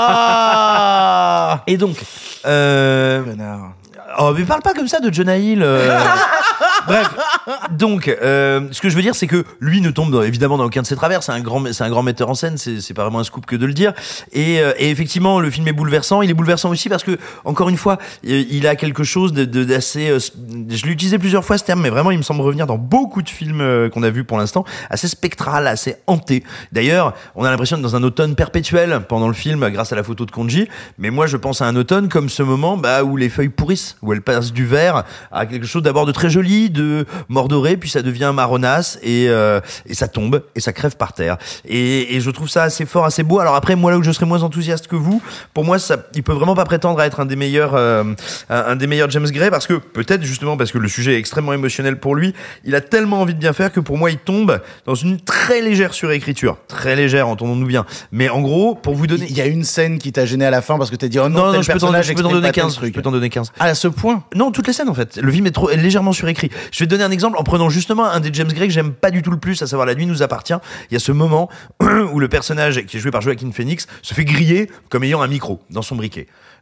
Et donc, euh... oh mais parle pas comme ça de Jonah Hill. Euh... Bref, donc, euh, ce que je veux dire, c'est que lui ne tombe dans, évidemment dans aucun de ses travers. C'est un grand, c'est un grand metteur en scène. C'est, c'est pas vraiment un scoop que de le dire. Et, euh, et effectivement, le film est bouleversant. Il est bouleversant aussi parce que, encore une fois, il a quelque chose de, de d'assez. Euh, je l'ai utilisé plusieurs fois ce terme, mais vraiment, il me semble revenir dans beaucoup de films euh, qu'on a vus pour l'instant, assez spectral, assez hanté. D'ailleurs, on a l'impression d'être dans un automne perpétuel pendant le film, grâce à la photo de Khondji. Mais moi, je pense à un automne comme ce moment, bah, où les feuilles pourrissent, où elles passent du vert à quelque chose d'abord de très joli, de mordoré, puis ça devient marronasse et euh, et ça tombe et ça crève par terre. Et, et je trouve ça assez fort, assez beau. Alors après, moi là où je serais moins enthousiaste que vous, pour moi, ça, il peut vraiment pas prétendre à être un des meilleurs, euh, un, un des meilleurs James Gray parce que peut-être justement parce que le sujet est extrêmement émotionnel pour lui. Il a tellement envie de bien faire que pour moi, il tombe dans une très légère surécriture, très légère, entendons-nous bien. Mais en gros, pour vous donner, il y a une scène qui t'a gêné à la fin parce que t'as dit oh non, non, non je peux t'en, je peux t'en donner quinze. Je peux t'en donner quinze. À ce point? Non, toutes les scènes en fait. Le film est trop est légèrement surécrit. Je vais te donner un exemple en prenant justement un des James Gray que j'aime pas du tout le plus, à savoir La nuit nous appartient. Il y a ce moment où le personnage qui est joué par Joaquin Phoenix se fait griller comme ayant un micro dans son briquet.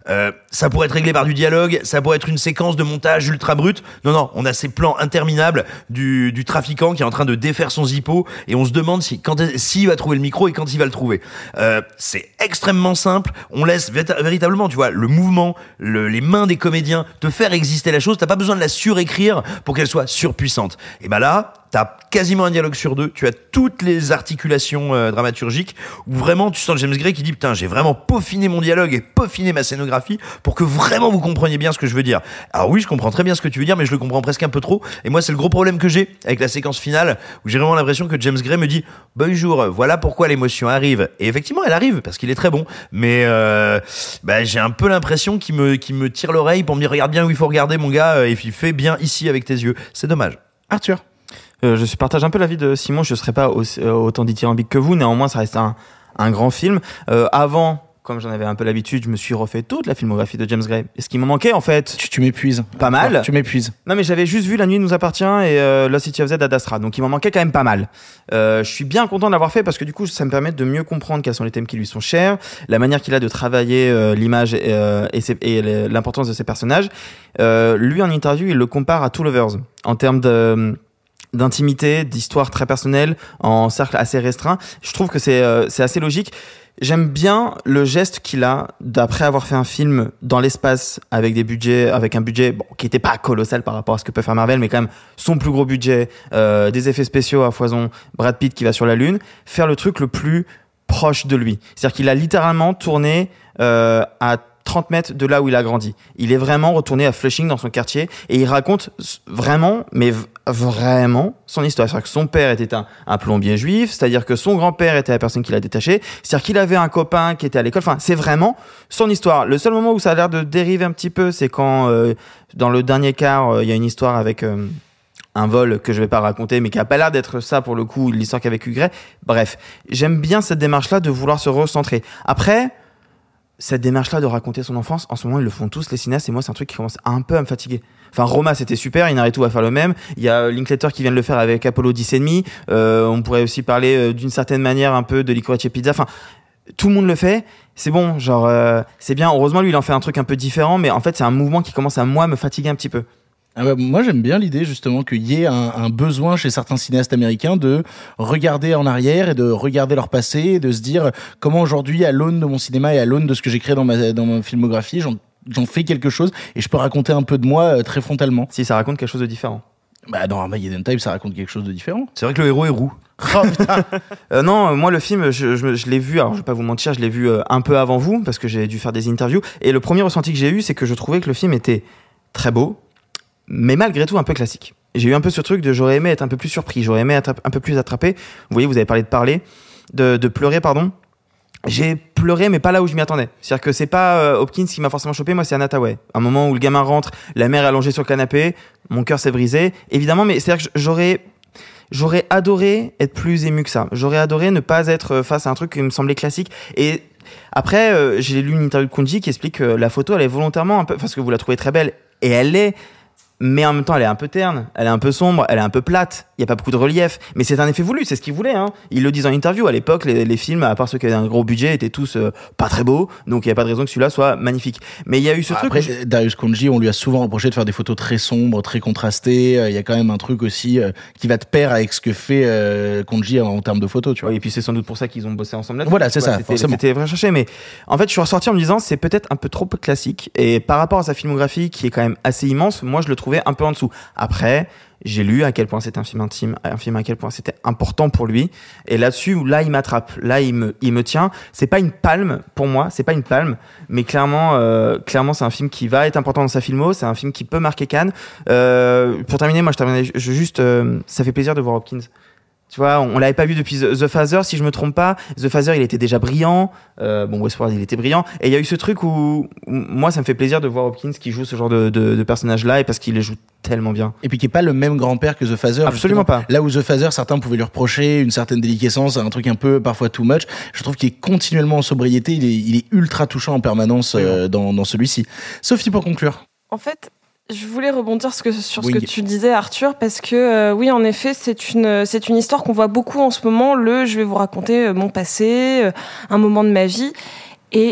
Euh, ça pourrait être réglé par du dialogue, ça pourrait être une séquence de montage ultra brute. Non, non, on a ces plans interminables du, du trafiquant qui est en train de défaire son zippo et on se demande si, quand, s'il va trouver le micro et quand il va le trouver. Euh, c'est extrêmement simple. On laisse vé- véritablement, tu vois, le mouvement, le, les mains des comédiens te faire exister la chose. T'as pas besoin de la surécrire pour qu'elle soit surpuissante. Et ben là, t'as quasiment un dialogue sur deux, tu as toutes les articulations euh, dramaturgiques où vraiment tu sens James Gray qui dit putain j'ai vraiment peaufiné mon dialogue et peaufiné ma scénographie pour que vraiment vous compreniez bien ce que je veux dire. Alors oui, je comprends très bien ce que tu veux dire, mais je le comprends presque un peu trop, et moi c'est le gros problème que j'ai avec la séquence finale où j'ai vraiment l'impression que James Gray me dit bonjour, voilà pourquoi l'émotion arrive, et effectivement elle arrive parce qu'il est très bon, mais euh, bah, j'ai un peu l'impression qu'il me, qu'il me tire l'oreille pour me dire regarde bien où il faut regarder mon gars, et puis fais bien ici avec tes yeux. C'est dommage. Arthur. Euh, je partage un peu l'avis de Simon, je ne serais pas aussi, euh, autant dithyrambique que vous, néanmoins ça reste un, un grand film. Euh, avant, comme j'en avais un peu l'habitude, je me suis refait toute la filmographie de James Gray. Et ce qui me manquait en fait... Tu, tu m'épuises. Pas mal. Non, tu m'épuises. Non mais j'avais juste vu La Nuit nous appartient et euh, Lost City of Z Ad Astra, donc il m'en manquait quand même pas mal. Euh, je suis bien content de l'avoir fait parce que du coup ça me permet de mieux comprendre quels sont les thèmes qui lui sont chers, la manière qu'il a de travailler euh, l'image et, euh, et, ses, et l'importance de ses personnages. Euh, lui en interview, il le compare à Two Lovers en termes de... d'intimité, d'histoire très personnelle, en cercle assez restreint. Je trouve que c'est euh, c'est assez logique. J'aime bien le geste qu'il a d'après avoir fait un film dans l'espace avec des budgets, avec un budget bon, qui était pas colossal par rapport à ce que peut faire Marvel, mais quand même son plus gros budget, euh, des effets spéciaux à foison, Brad Pitt qui va sur la Lune, faire le truc le plus proche de lui. C'est-à-dire qu'il a littéralement tourné euh, à trente mètres de là où il a grandi. Il est vraiment retourné à Flushing dans son quartier et il raconte vraiment, mais v- vraiment son histoire. C'est-à-dire que son père était un, un plombier juif, c'est-à-dire que son grand-père était la personne qui l'a détaché, c'est-à-dire qu'il avait un copain qui était à l'école. Enfin, c'est vraiment son histoire. Le seul moment où ça a l'air de dériver un petit peu, c'est quand, euh, dans le dernier quart, il euh, y a une histoire avec... Euh, un vol que je vais pas raconter, mais qui a pas l'air d'être ça pour le coup, l'histoire qu'avec Hugh Gray. Bref, j'aime bien cette démarche-là de vouloir se recentrer. Après, cette démarche-là de raconter son enfance, en ce moment, ils le font tous, les cinéastes, et moi, c'est un truc qui commence un peu à me fatiguer. Enfin, Roma, c'était super, Inarritu va faire le même. Il y a Linklater qui vient de le faire avec Apollo dix et demi. Euh, on pourrait aussi parler euh, d'une certaine manière un peu de Licorice Pizza. Enfin, tout le monde le fait. C'est bon, genre, euh, c'est bien. Heureusement, lui, il en fait un truc un peu différent, mais en fait, c'est un mouvement qui commence à, moi, me fatiguer un petit peu. Ah bah, moi j'aime bien l'idée justement qu'il y ait un, un besoin chez certains cinéastes américains de regarder en arrière et de regarder leur passé et de se dire comment aujourd'hui à l'aune de mon cinéma et à l'aune de ce que j'ai créé dans ma, dans ma filmographie j'en, j'en fais quelque chose et je peux raconter un peu de moi euh, très frontalement. Si ça raconte quelque chose de différent. Bah dans Armageddon Time ça raconte quelque chose de différent. C'est vrai que le héros est roux. Oh putain. euh, non, moi le film, je, je, je l'ai vu, alors je vais pas vous mentir, je l'ai vu euh, un peu avant vous parce que j'ai dû faire des interviews et le premier ressenti que j'ai eu c'est que je trouvais que le film était très beau, mais malgré tout un peu classique. J'ai eu un peu ce truc de j'aurais aimé être un peu plus surpris, j'aurais aimé être un peu plus attrapé. Vous voyez, vous avez parlé de parler, de, de pleurer, pardon. J'ai pleuré, mais pas là où je m'y attendais. C'est-à-dire que c'est pas euh, Hopkins qui m'a forcément chopé, moi c'est Anna Thaoué. Un moment où le gamin rentre, la mère est allongée sur le canapé, mon cœur s'est brisé, évidemment, mais c'est-à-dire que j'aurais... J'aurais adoré être plus ému que ça. J'aurais adoré ne pas être face à un truc qui me semblait classique. Et après, euh, j'ai lu une interview de Kunji qui explique que la photo, elle est volontairement un peu... Parce que vous la trouvez très belle, et elle l'est... Mais en même temps, elle est un peu terne, elle est un peu sombre, elle est un peu plate, il n'y a pas beaucoup de relief. Mais c'est un effet voulu, c'est ce qu'ils voulaient. Hein. Ils le disent en interview. À l'époque, les, les films, à part ceux qui avaient un gros budget, étaient tous euh, pas très beaux. Donc il n'y a pas de raison que celui-là soit magnifique. Mais il y a eu ce Après, truc... Après, Darius Khondji, on lui a souvent reproché de faire des photos très sombres, très contrastées. Il y a quand même un truc aussi euh, qui va de pair avec ce que fait euh, Khondji en, en termes de photos. Tu vois. Oui, et puis c'est sans doute pour ça qu'ils ont bossé ensemble là-dessus. Voilà, c'est ouais, ça, c'était, forcément. C'était vrai chercher. Mais en fait, je suis ressorti en me disant, c'est peut-être un peu trop classique. Et par rapport à sa filmographie, qui est quand même assez immense, moi, je le trouvais un peu en dessous. Après, j'ai lu à quel point c'était un film intime, un film à quel point c'était important pour lui. Et là-dessus, là, il m'attrape, là, il me, il me tient. C'est pas une palme pour moi, c'est pas une palme, mais clairement, euh, clairement, c'est un film qui va être important dans sa filmo. C'est un film qui peut marquer Cannes. Euh, pour terminer, moi, je terminais je, juste, euh, ça fait plaisir de voir Hopkins. Tu vois, on, on l'avait pas vu depuis The, The Father, si je me trompe pas. The Father, il était déjà brillant. Euh, bon, Westworld, il était brillant. Et il y a eu ce truc où, où, moi, ça me fait plaisir de voir Hopkins qui joue ce genre de, de, de personnage-là, et parce qu'il les joue tellement bien. Et puis qui est pas le même grand-père que The Father. Absolument pas. Là où The Father, certains pouvaient lui reprocher une certaine déliquescence, un truc un peu parfois too much. Je trouve qu'il est continuellement en sobriété. Il est, il est ultra touchant en permanence euh, dans, dans celui-ci. Sophie, pour conclure. En fait, je voulais rebondir sur, sur ce oui. que tu disais, Arthur, parce que euh, oui, en effet, c'est une c'est une histoire qu'on voit beaucoup en ce moment. Le, je vais vous raconter mon passé, euh, un moment de ma vie, et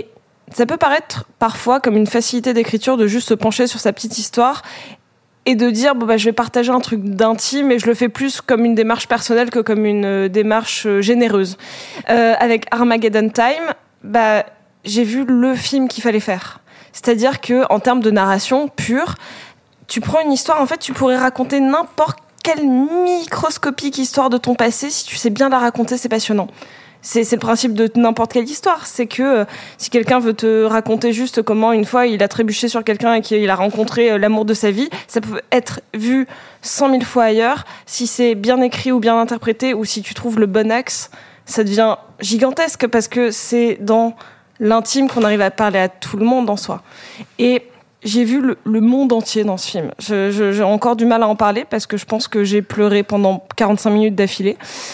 ça peut paraître parfois comme une facilité d'écriture de juste se pencher sur sa petite histoire et de dire bon bah je vais partager un truc d'intime et je le fais plus comme une démarche personnelle que comme une euh, démarche euh, généreuse. Euh, avec Armageddon Time, bah j'ai vu le film qu'il fallait faire. C'est-à-dire que en termes de narration pure, tu prends une histoire, en fait, tu pourrais raconter n'importe quelle microscopique histoire de ton passé, si tu sais bien la raconter, c'est passionnant. C'est, c'est le principe de n'importe quelle histoire. C'est que euh, si quelqu'un veut te raconter juste comment une fois il a trébuché sur quelqu'un et qu'il a rencontré euh, l'amour de sa vie, ça peut être vu cent mille fois ailleurs. Si c'est bien écrit ou bien interprété, ou si tu trouves le bon axe, ça devient gigantesque parce que c'est dans l'intime qu'on arrive à parler à tout le monde en soi. Et j'ai vu le, le monde entier dans ce film. Je, je, j'ai encore du mal à en parler parce que je pense que j'ai pleuré pendant quarante-cinq minutes d'affilée.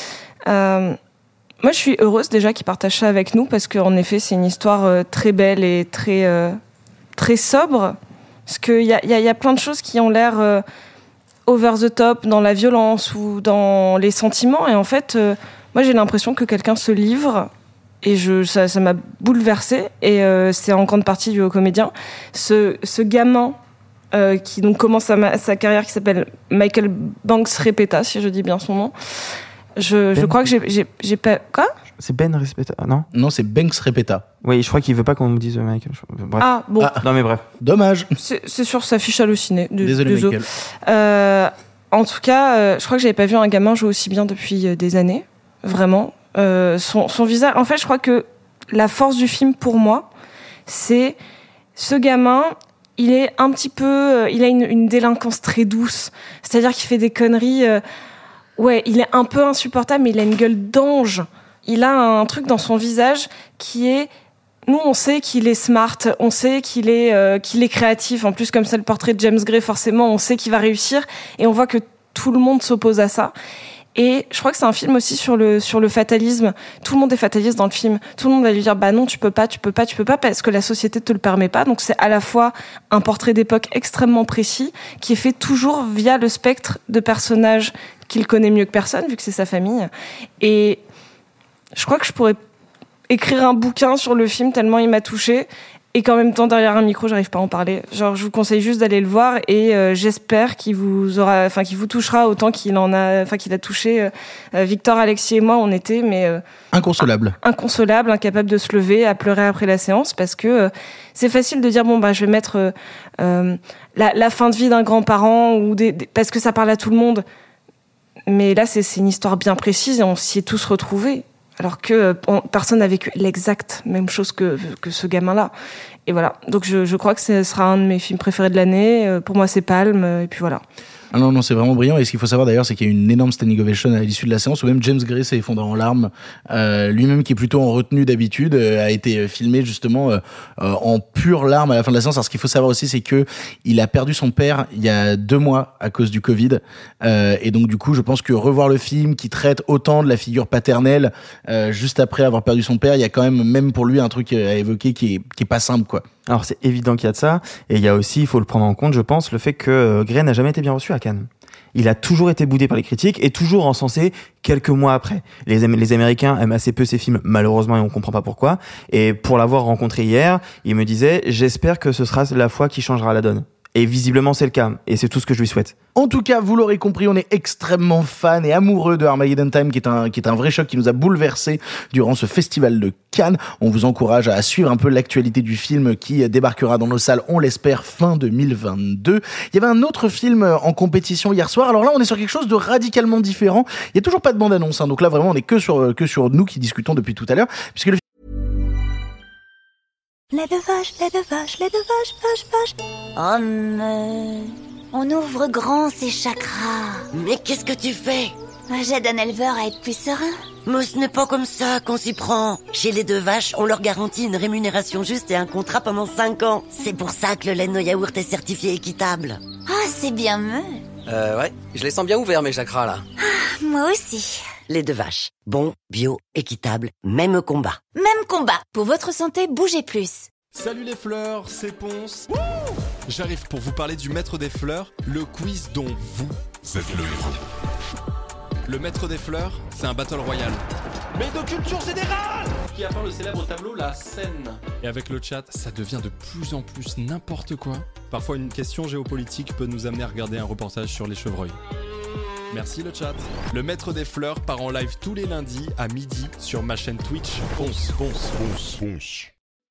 Euh, Moi, je suis heureuse déjà qu'ils partagent ça avec nous parce qu'en effet, c'est une histoire euh, très belle et très, euh, très sobre. Parce qu'il y a, y, a, y a plein de choses qui ont l'air euh, over the top dans la violence ou dans les sentiments. Et en fait, euh, moi, j'ai l'impression que quelqu'un se livre et je, ça, ça m'a bouleversée. Et euh, c'est en grande partie dû au comédien. Ce, ce gamin euh, qui donc commence sa, sa carrière, qui s'appelle Michael Banks Repeta, si je dis bien son nom. Je, Ben. je crois que j'ai, j'ai, j'ai pas... Quoi ? C'est Ben Respeta, non ? Non, c'est Banks Repeta. Oui, je crois qu'il veut pas qu'on me dise Michael. Bref. Ah, bon. Ah. Non, mais bref. Dommage. C'est, c'est sur sa fiche hallucinée. De, Désolé, de Michael. Euh, en tout cas, euh, je crois que j'avais pas vu un gamin jouer aussi bien depuis euh, des années. Vraiment. Euh, son, son visage... En fait, je crois que la force du film, pour moi, c'est ce gamin... Il est un petit peu... Euh, il a une, une délinquance très douce. C'est-à-dire qu'il fait des conneries... Euh, ouais, il est un peu insupportable, mais il a une gueule d'ange. Il a un truc dans son visage qui est... Nous, on sait qu'il est smart, on sait qu'il est, euh, qu'il est créatif. En plus, comme c'est le portrait de James Gray, forcément, on sait qu'il va réussir. Et on voit que tout le monde s'oppose à ça. Et je crois que c'est un film aussi sur le, sur le fatalisme. Tout le monde est fataliste dans le film. Tout le monde va lui dire, bah non, tu peux pas, tu peux pas, tu peux pas, parce que la société te le permet pas. Donc c'est à la fois un portrait d'époque extrêmement précis, qui est fait toujours via le spectre de personnages qu'il connaît mieux que personne, vu que c'est sa famille. Et je crois que je pourrais écrire un bouquin sur le film tellement il m'a touchée. Et qu'en même temps, derrière un micro, j'arrive pas à en parler. Genre, je vous conseille juste d'aller le voir et euh, j'espère qu'il vous aura, enfin, qu'il vous touchera autant qu'il en a, enfin, qu'il a touché euh, Victor, Alexis et moi. On était, mais euh, inconsolable, inconsolable, incapable de se lever, à pleurer après la séance, parce que euh, c'est facile de dire bon bah je vais mettre euh, euh, la, la fin de vie d'un grand-parent ou des, des, parce que ça parle à tout le monde. Mais là, c'est, c'est une histoire bien précise et on s'y est tous retrouvés. Alors que on, personne n'a vécu l'exacte même chose que, que ce gamin-là. Et voilà. Donc je, je crois que ce sera un de mes films préférés de l'année. Pour moi, c'est Palme. Et puis voilà. Ah non, non, c'est vraiment brillant. Et ce qu'il faut savoir d'ailleurs, c'est qu'il y a eu une énorme standing ovation à l'issue de la séance où même James Gray s'est effondré en larmes. Euh, lui-même, qui est plutôt en retenue d'habitude, euh, a été filmé justement euh, euh, en pure larmes à la fin de la séance. Alors ce qu'il faut savoir aussi, c'est que il a perdu son père il y a deux mois à cause du Covid. Euh, et donc du coup, je pense que revoir le film qui traite autant de la figure paternelle euh, juste après avoir perdu son père, il y a quand même, même pour lui, un truc à évoquer qui est, qui est pas simple, quoi. Alors c'est évident qu'il y a de ça, et il y a aussi, il faut le prendre en compte, je pense, le fait que Gray n'a jamais été bien reçu à Cannes. Il a toujours été boudé par les critiques et toujours encensé quelques mois après. Les, les Américains aiment assez peu ces films, malheureusement, et on comprend pas pourquoi. Et pour l'avoir rencontré hier, il me disait « J'espère que ce sera la fois qui changera la donne ». Et visiblement, c'est le cas. Et c'est tout ce que je lui souhaite. En tout cas, vous l'aurez compris, on est extrêmement fan et amoureux de Armageddon Time, qui est un, qui est un vrai choc qui nous a bouleversés durant ce festival de Cannes. On vous encourage à suivre un peu l'actualité du film qui débarquera dans nos salles, on l'espère, fin deux mille vingt-deux. Il y avait un autre film en compétition hier soir. Alors là, on est sur quelque chose de radicalement différent. Il y a toujours pas de bande-annonce, hein. Donc là, vraiment, on est que sur, que sur nous qui discutons depuis tout à l'heure, puisque le lait de vache, lait de vache, lait de vache, vache, vache. Oh mais... On ouvre grand ses chakras. Mais qu'est-ce que tu fais? J'aide un éleveur à être plus serein. Mais ce n'est pas comme ça qu'on s'y prend. Chez les deux vaches, on leur garantit une rémunération juste et un contrat pendant cinq ans. C'est pour ça que le lait de nos yaourts est certifié équitable. Ah, c'est bien mieux. Euh, ouais, je les sens bien ouverts mes chakras là. Ah, moi aussi. Les deux vaches. Bon, bio, équitable, même combat. Même combat. Pour votre santé, bougez plus. Salut les fleurs, c'est Ponce. Wouh, j'arrive pour vous parler du Maître des Fleurs, le quiz dont vous êtes le héros. Le Maître des Fleurs, c'est un battle royal. Mais de culture générale! qui a peint le célèbre tableau La Seine. Et avec le chat, ça devient de plus en plus n'importe quoi. Parfois, une question géopolitique peut nous amener à regarder un reportage sur les chevreuils. Merci le chat. Le Maître des Fleurs part en live tous les lundis à midi sur ma chaîne Twitch. Ponce, ponce, ponce, ponce.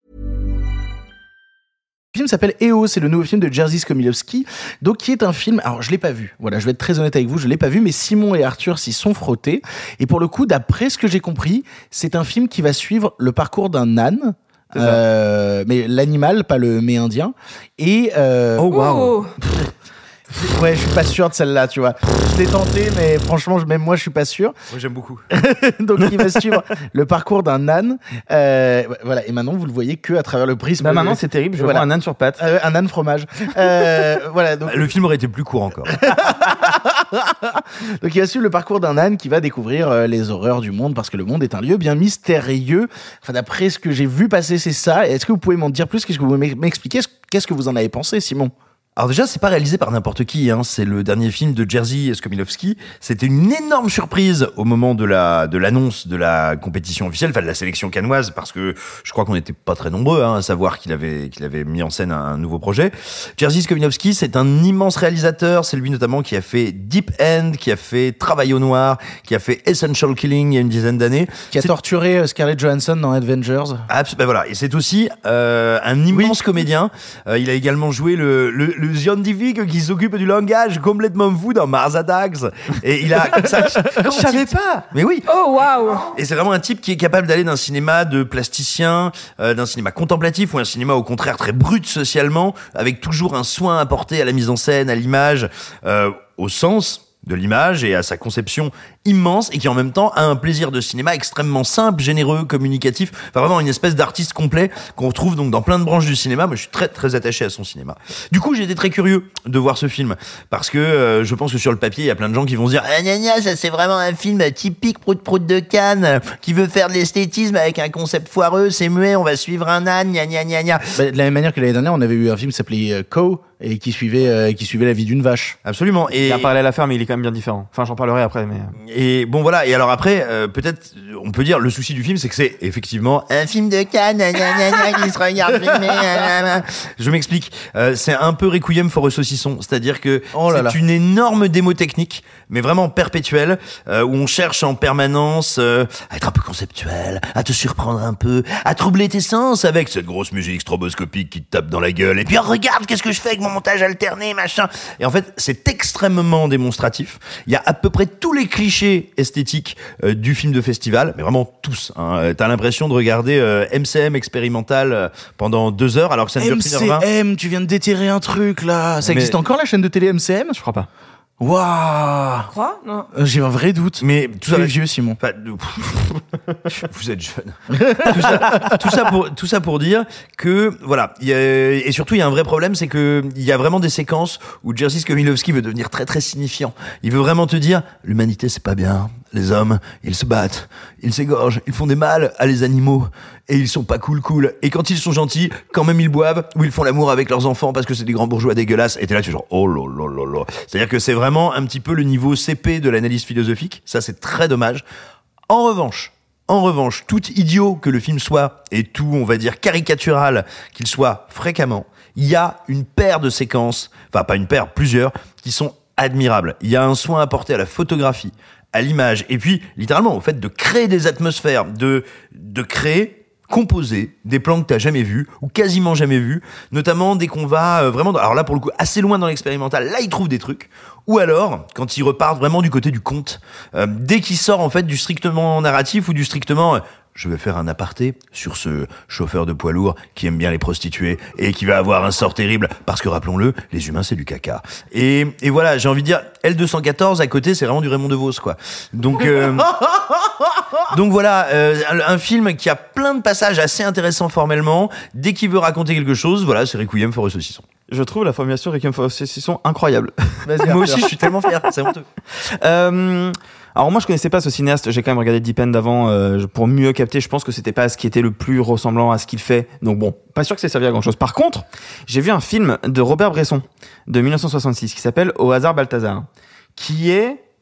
Le film s'appelle E O, c'est le nouveau film de Jerzy Skomilowski, donc qui est un film, alors je l'ai pas vu, voilà, je vais être très honnête avec vous, je l'ai pas vu, mais Simon et Arthur s'y sont frottés, et pour le coup, d'après ce que j'ai compris, c'est un film qui va suivre le parcours d'un âne, euh, mais l'animal, pas le mets indien, et... Euh, oh, waouh. Ouais, je suis pas sûr de celle-là, tu vois. Je l'ai tenté, mais franchement, même moi, je suis pas sûr. Moi, j'aime beaucoup. Donc, il va suivre le parcours d'un âne. Euh, voilà. Et maintenant, vous le voyez que à travers le prisme. Bah, maintenant, c'est terrible. Je voilà. vois un âne sur pattes. Euh, un âne fromage. Euh, voilà. Donc, le film aurait été plus court encore. Donc, il va suivre le parcours d'un âne qui va découvrir euh, les horreurs du monde parce que le monde est un lieu bien mystérieux. Enfin, d'après ce que j'ai vu passer, c'est ça. Est-ce que vous pouvez m'en dire plus? Qu'est-ce que vous pouvez m'expliquer? Qu'est-ce que vous en avez pensé, Simon? Alors déjà, c'est pas réalisé par n'importe qui, hein. C'est le dernier film de Jerzy Skomilowski. C'était une énorme surprise au moment de la de l'annonce de la compétition officielle, enfin de la sélection cannoise, parce que je crois qu'on n'était pas très nombreux hein, à savoir qu'il avait qu'il avait mis en scène un nouveau projet. Jerzy Skomilowski, c'est un immense réalisateur. C'est lui notamment qui a fait Deep End, qui a fait Travail au noir, qui a fait Essential Killing il y a une dizaine d'années, qui a c'est... torturé Scarlett Johansson dans Avengers. Ah, ben voilà. Et c'est aussi euh, un immense oui. comédien. Euh, il a également joué le, le le scientifique qui s'occupe du langage complètement fou dans Mars Attacks. Et il a, comme ça, je savais pas. Mais oui. Oh, waouh. Et c'est vraiment un type qui est capable d'aller d'un cinéma de plasticien, euh, d'un cinéma contemplatif ou un cinéma au contraire très brut socialement, avec toujours un soin apporté à la mise en scène, à l'image, euh, au sens de l'image et à sa conception immense, et qui en même temps a un plaisir de cinéma extrêmement simple, généreux, communicatif, enfin vraiment une espèce d'artiste complet qu'on retrouve donc dans plein de branches du cinéma. Moi je suis très très attaché à son cinéma. Du coup j'ai été très curieux de voir ce film, parce que euh, je pense que sur le papier il y a plein de gens qui vont se dire ah gna gna, ça c'est vraiment un film typique prout prout de Cannes, qui veut faire de l'esthétisme avec un concept foireux, c'est muet, on va suivre un âne, gna gna gna gna. Bah, de la même manière que l'année dernière on avait eu un film qui s'appelait euh, Co, et qui suivait euh, qui suivait la vie d'une vache. Absolument. Et il a parlé à la ferme, mais il est quand même bien différent. Enfin, j'en parlerai après, mais. Et bon voilà. Et alors après, euh, peut-être, on peut dire le souci du film, c'est que c'est effectivement un film de Cannes, gna gna gna, qui se regarde filmer. Je m'explique. Euh, c'est un peu Requiem for a saucisson, c'est-à-dire que oh là c'est là. une énorme démo technique, mais vraiment perpétuelle, euh, où on cherche en permanence euh, à être un peu conceptuel, à te surprendre un peu, à troubler tes sens avec cette grosse musique stroboscopique qui te tape dans la gueule. Et puis oh, regarde, qu'est-ce que je fais avec mon montage alterné, machin. Et en fait, c'est extrêmement démonstratif. Il y a à peu près tous les clichés esthétiques euh, du film de festival, mais vraiment tous. Hein. T'as l'impression de regarder euh, M C M expérimental euh, pendant deux heures, alors que ça ne dure qu'une heure vingt. M C M, tu viens de déterrer un truc là. Ça mais... existe encore la chaîne de télé M C M? Je crois pas. Waouh! Tu crois? Non. Euh, j'ai un vrai doute. Mais tout ça, est vieux, Simon. Enfin, vous êtes jeune. tout, ça, tout ça pour tout ça pour dire que voilà. Y a, et surtout, il y a un vrai problème, c'est que il y a vraiment des séquences où Jerzy Skomilowski veut devenir très très signifiant. Il veut vraiment te dire l'humanité c'est pas bien. Les hommes, ils se battent, ils s'égorgent, ils font des mal à les animaux, et ils sont pas cool cool. Et quand ils sont gentils, quand même ils boivent, ou ils font l'amour avec leurs enfants parce que c'est des grands bourgeois dégueulasses. Et t'es là, tu es genre, oh là là là là. C'est-à-dire que c'est vraiment un petit peu le niveau C P de l'analyse philosophique. Ça, c'est très dommage. En revanche, En revanche, tout idiot que le film soit, et tout, on va dire, caricatural qu'il soit fréquemment, il y a une paire de séquences, enfin pas une paire, plusieurs, qui sont admirables. Il y a un soin apporté à la photographie, à l'image, et puis, littéralement, au fait de créer des atmosphères, de, de créer, composer des plans que t'as jamais vus, ou quasiment jamais vus, notamment dès qu'on va euh, vraiment, dans, alors là, pour le coup, assez loin dans l'expérimental, là, il trouve des trucs, ou alors, quand il repart vraiment du côté du conte, euh, dès qu'il sort, en fait, du strictement narratif, ou du strictement... Euh, je vais faire un aparté sur ce chauffeur de poids lourd qui aime bien les prostituées et qui va avoir un sort terrible parce que, rappelons-le, les humains, c'est du caca. Et, et voilà, j'ai envie de dire, L deux cent quatorze à côté, c'est vraiment du Raymond DeVos, quoi. Donc, euh, donc voilà, euh, un, un film qui a plein de passages assez intéressants formellement. Dès qu'il veut raconter quelque chose, voilà, c'est Requiem for a saucisson. Je trouve la formulation Requiem for a saucisson incroyable. Moi aussi, je suis tellement fier, c'est honteux. Euh, alors moi, je connaissais pas ce cinéaste. J'ai quand même regardé Deep End avant euh, pour mieux capter. Je pense que c'était pas ce qui était le plus ressemblant à ce qu'il fait. Donc bon, pas sûr que ça servi à grand chose. Par contre, j'ai vu un film de Robert Bresson de dix-neuf cent soixante-six qui s'appelle Au hasard Balthazar, qui est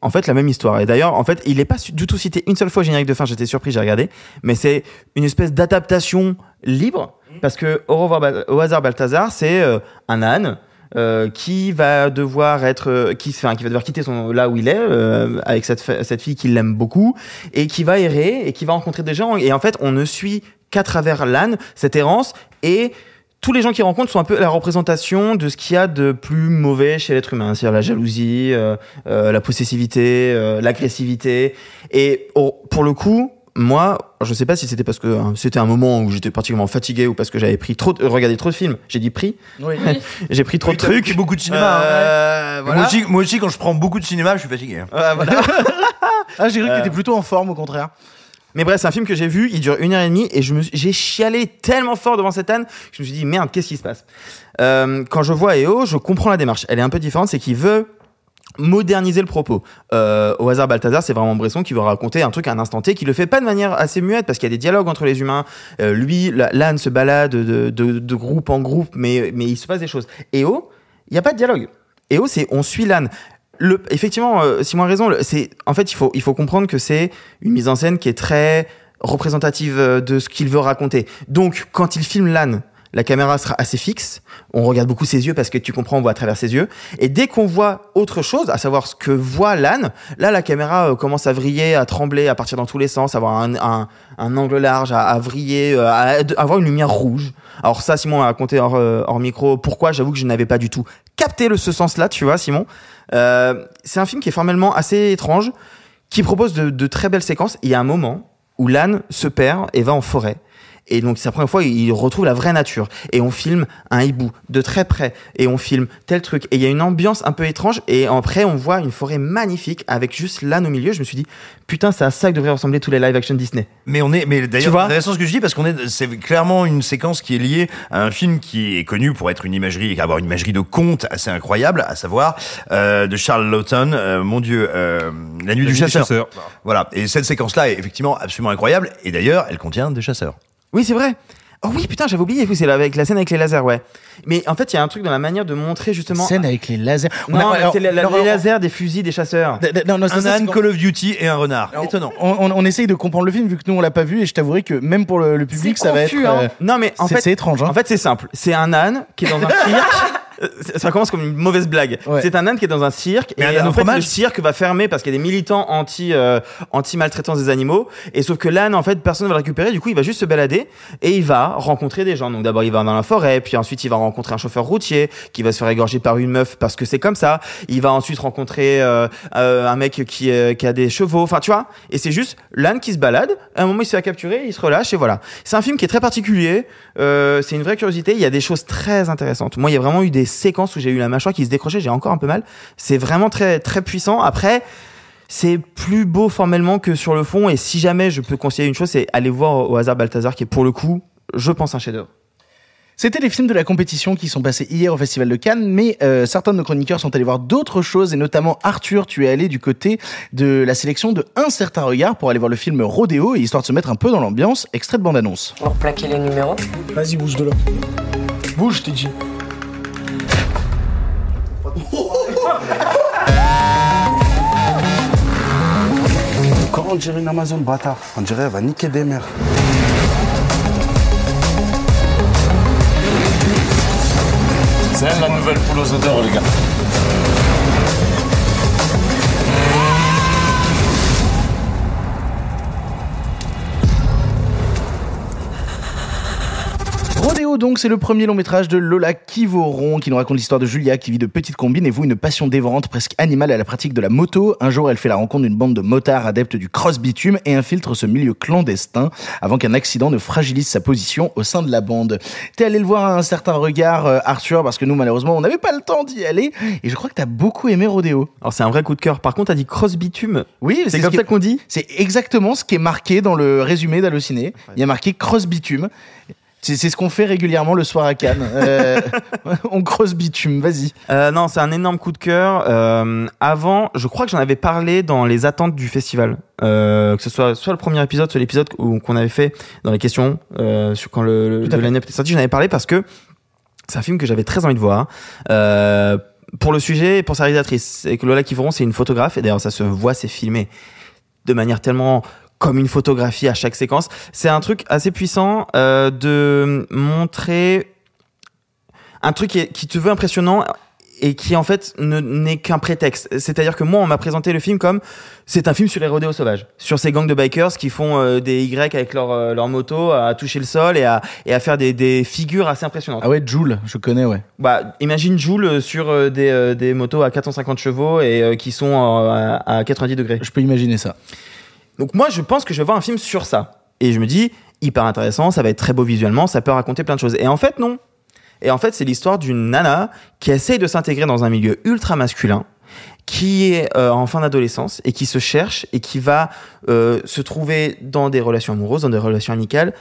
en fait la même histoire. Et d'ailleurs, en fait, il est pas du tout cité une seule fois au générique de fin. J'étais surpris, j'ai regardé, mais c'est une espèce d'adaptation libre parce que au revoir Ba- au hasard Balthazar, c'est euh, un âne. Euh, qui va devoir être, euh, qui, enfin, qui va devoir quitter son là où il est euh, avec cette fa- cette fille qui l'aime beaucoup et qui va errer et qui va rencontrer des gens. Et en fait, on ne suit qu'à travers l'âne cette errance et tous les gens qu'il rencontre sont un peu la représentation de ce qu'il y a de plus mauvais chez l'être humain, c'est-à-dire la jalousie, euh, euh, la possessivité, euh, l'agressivité. Et oh, pour le coup, moi, je sais pas si c'était parce que hein, c'était un moment où j'étais particulièrement fatigué ou parce que j'avais pris trop, de, regardé trop de films. J'ai dit pris. Oui. J'ai pris trop Oui, de t'as trucs. pris beaucoup de cinéma. Euh, hein. voilà. Moi aussi, moi aussi, quand je prends beaucoup de cinéma, je suis fatigué. hein. Euh, voilà. Ah, j'ai cru que Euh. t'étais plutôt en forme, au contraire. Mais bref, c'est un film que j'ai vu, il dure une heure et demie et je me, suis- j'ai chialé tellement fort devant cette âne que je me suis dit merde, qu'est-ce qui se passe euh, Quand je vois E O, je comprends la démarche. Elle est un peu différente, c'est qu'il veut moderniser le propos. Euh, au hasard Balthazar, c'est vraiment Bresson qui veut raconter un truc à un instant T, qui le fait pas de manière assez muette parce qu'il y a des dialogues entre les humains. Euh, lui, la- l'âne se balade de, de, de groupe en groupe, mais, mais il se passe des choses. E O, il y a pas de dialogue. E O, c'est on suit l'âne. Le, effectivement, euh, Simon a raison. le- C'est, en fait, il faut, il faut comprendre que c'est une mise en scène qui est très représentative euh, de ce qu'il veut raconter. Donc, quand il filme l'âne, la caméra sera assez fixe. On regarde beaucoup ses yeux parce que tu comprends, on voit à travers ses yeux. Et dès qu'on voit autre chose, à savoir ce que voit l'âne, là, la caméra euh, commence à vriller, à trembler, à partir dans tous les sens, à avoir un, un, un angle large, à, à vriller, euh, à, à avoir une lumière rouge. Alors ça, Simon m'a raconté hors, euh, hors micro pourquoi. J'avoue que je n'avais pas du tout capté le, ce sens-là, tu vois, Simon. Euh, c'est un film qui est formellement assez étrange, qui propose de, de très belles séquences. Il y a un moment où l'âne se perd et va en forêt. Et donc, c'est la première fois il retrouve la vraie nature. Et on filme un hibou de très près. Et on filme tel truc. Et il y a une ambiance un peu étrange. Et après, on voit une forêt magnifique avec juste l'âne au milieu. Je me suis dit, putain, c'est à ça que devraient ressembler tous les live action Disney. Mais on est, mais Tu d'ailleurs, vois c'est intéressant ce que je dis parce qu'on est, c'est clairement une séquence qui est liée à un film qui est connu pour être une imagerie, avoir une imagerie de conte assez incroyable, à savoir euh, de Charles Laughton, euh, mon Dieu, euh, La Nuit du chasseur. chasseur. Voilà. Et cette séquence-là est effectivement absolument incroyable. Et d'ailleurs, elle contient des chasseurs. Oui, c'est vrai. Oh oui, putain, j'avais oublié. Oui, c'est là, avec la scène avec les lasers, ouais. Mais en fait, il y a un truc dans la manière de montrer justement. Scène avec les lasers. On Non, a- mais alors- c'est la- la- non, les on- lasers des fusils des chasseurs. D- d- non, non, c'est Un ça, c'est âne, qu'on- Call of Duty et un renard. Alors, Étonnant. On, on, on essaye de comprendre le film vu que nous on l'a pas vu et je t'avouerai que même pour le, le public C'est ça va confus, être. hein. euh, Non, mais en c'est- fait, c'est étrange. Hein. En fait, c'est simple. C'est un âne qui est dans un cirque. Euh, Ça commence comme une mauvaise blague. Ouais. C'est un âne qui est dans un cirque Mais et un âne en au fait, fromage. le cirque va fermer parce qu'il y a des militants anti euh, anti maltraitance des animaux. Et sauf que l'âne, en fait, personne ne va le récupérer. Du coup, il va juste se balader et il va rencontrer des gens. Donc d'abord, il va dans la forêt, puis ensuite il va rencontrer un chauffeur routier qui va se faire égorger par une meuf parce que c'est comme ça. Il va ensuite rencontrer euh, euh, un mec qui euh, qui a des chevaux. Enfin, tu vois. Et c'est juste l'âne qui se balade. À un moment, il se fait capturer, il se relâche et voilà. C'est un film qui est très particulier. Euh, c'est une vraie curiosité. Il y a des choses très intéressantes. Moi, il y a vraiment eu des séquences où j'ai eu la mâchoire qui se décrochait. J'ai encore un peu mal. C'est vraiment très très puissant. Après, c'est plus beau formellement que sur le fond. Et si jamais je peux conseiller une chose, c'est aller voir au hasard Balthazar, qui est pour le coup, je pense, un chef-d'œuvre. C'était les films de la compétition qui sont passés hier au Festival de Cannes, mais euh, certains de nos chroniqueurs sont allés voir d'autres choses, et notamment Arthur, tu es allé du côté de la sélection de Un certain regard pour aller voir le film Rodéo, et histoire de se mettre un peu dans l'ambiance, extrait de bande-annonce. Pour plaquer les numéros. Vas-y, bouge de là. Bouge, je t'ai dit. Quand on dirait une Amazon bâtard, on dirait elle va niquer des mères. C'est elle la nouvelle poule aux odeurs, les gars. Rodéo donc, c'est le premier long métrage de Lola Kivoron qui nous raconte l'histoire de Julia qui vit de petites combines et voue une passion dévorante presque animale à la pratique de la moto. Un jour, elle fait la rencontre d'une bande de motards adeptes du cross-bitume et infiltre ce milieu clandestin avant qu'un accident ne fragilise sa position au sein de la bande. T'es allé le voir à Un certain regard, euh, Arthur, parce que nous, malheureusement, on n'avait pas le temps d'y aller et je crois que t'as beaucoup aimé Rodéo. Alors c'est un vrai coup de cœur. Par contre, t'as dit cross-bitume. Oui, C'est ce comme qui- ça qu'on dit. C'est exactement ce qui est marqué dans le résumé d'Allociné. Il y a marqué cross-bitume. C'est c'est ce qu'on fait régulièrement le soir à Cannes. Euh, on cross bitume, vas-y. Euh, non, c'est un énorme coup de cœur. Euh, avant, je crois que j'en avais parlé dans les attentes du festival. Euh, que ce soit soit le premier épisode, soit l'épisode où- qu'on avait fait dans les questions euh, sur quand le, le, Tout à le fait. line-up était sorti. J'en avais parlé parce que c'est un film que j'avais très envie de voir. Euh, pour le sujet et pour sa réalisatrice. Et que Lola Kivoron, c'est une photographe, et d'ailleurs ça se voit, c'est filmé de manière tellement comme une photographie à chaque séquence. C'est un truc assez puissant euh, de montrer un truc qui, qui te veut impressionnant et qui en fait ne, n'est qu'un prétexte. C'est-à-dire que moi, on m'a présenté le film comme c'est un film sur les rodéos sauvages, sur ces gangs de bikers qui font euh, des Y avec leur euh, leur moto à toucher le sol et à et à faire des des figures assez impressionnantes. Ah ouais, Joule, je connais, ouais. Bah, imagine Joule sur euh, des euh, des motos à quatre cent cinquante chevaux et euh, qui sont euh, à, à quatre-vingt-dix degrés. Je peux imaginer ça. Donc moi, je pense que je vais voir un film sur ça. Et je me dis, hyper intéressant, ça va être très beau visuellement, ça peut raconter plein de choses. Et en fait, non. Et en fait, c'est l'histoire d'une nana qui essaye de s'intégrer dans un milieu ultra masculin, qui est euh, en fin d'adolescence et qui se cherche et qui va euh, se trouver dans des relations amoureuses, dans des relations amicales.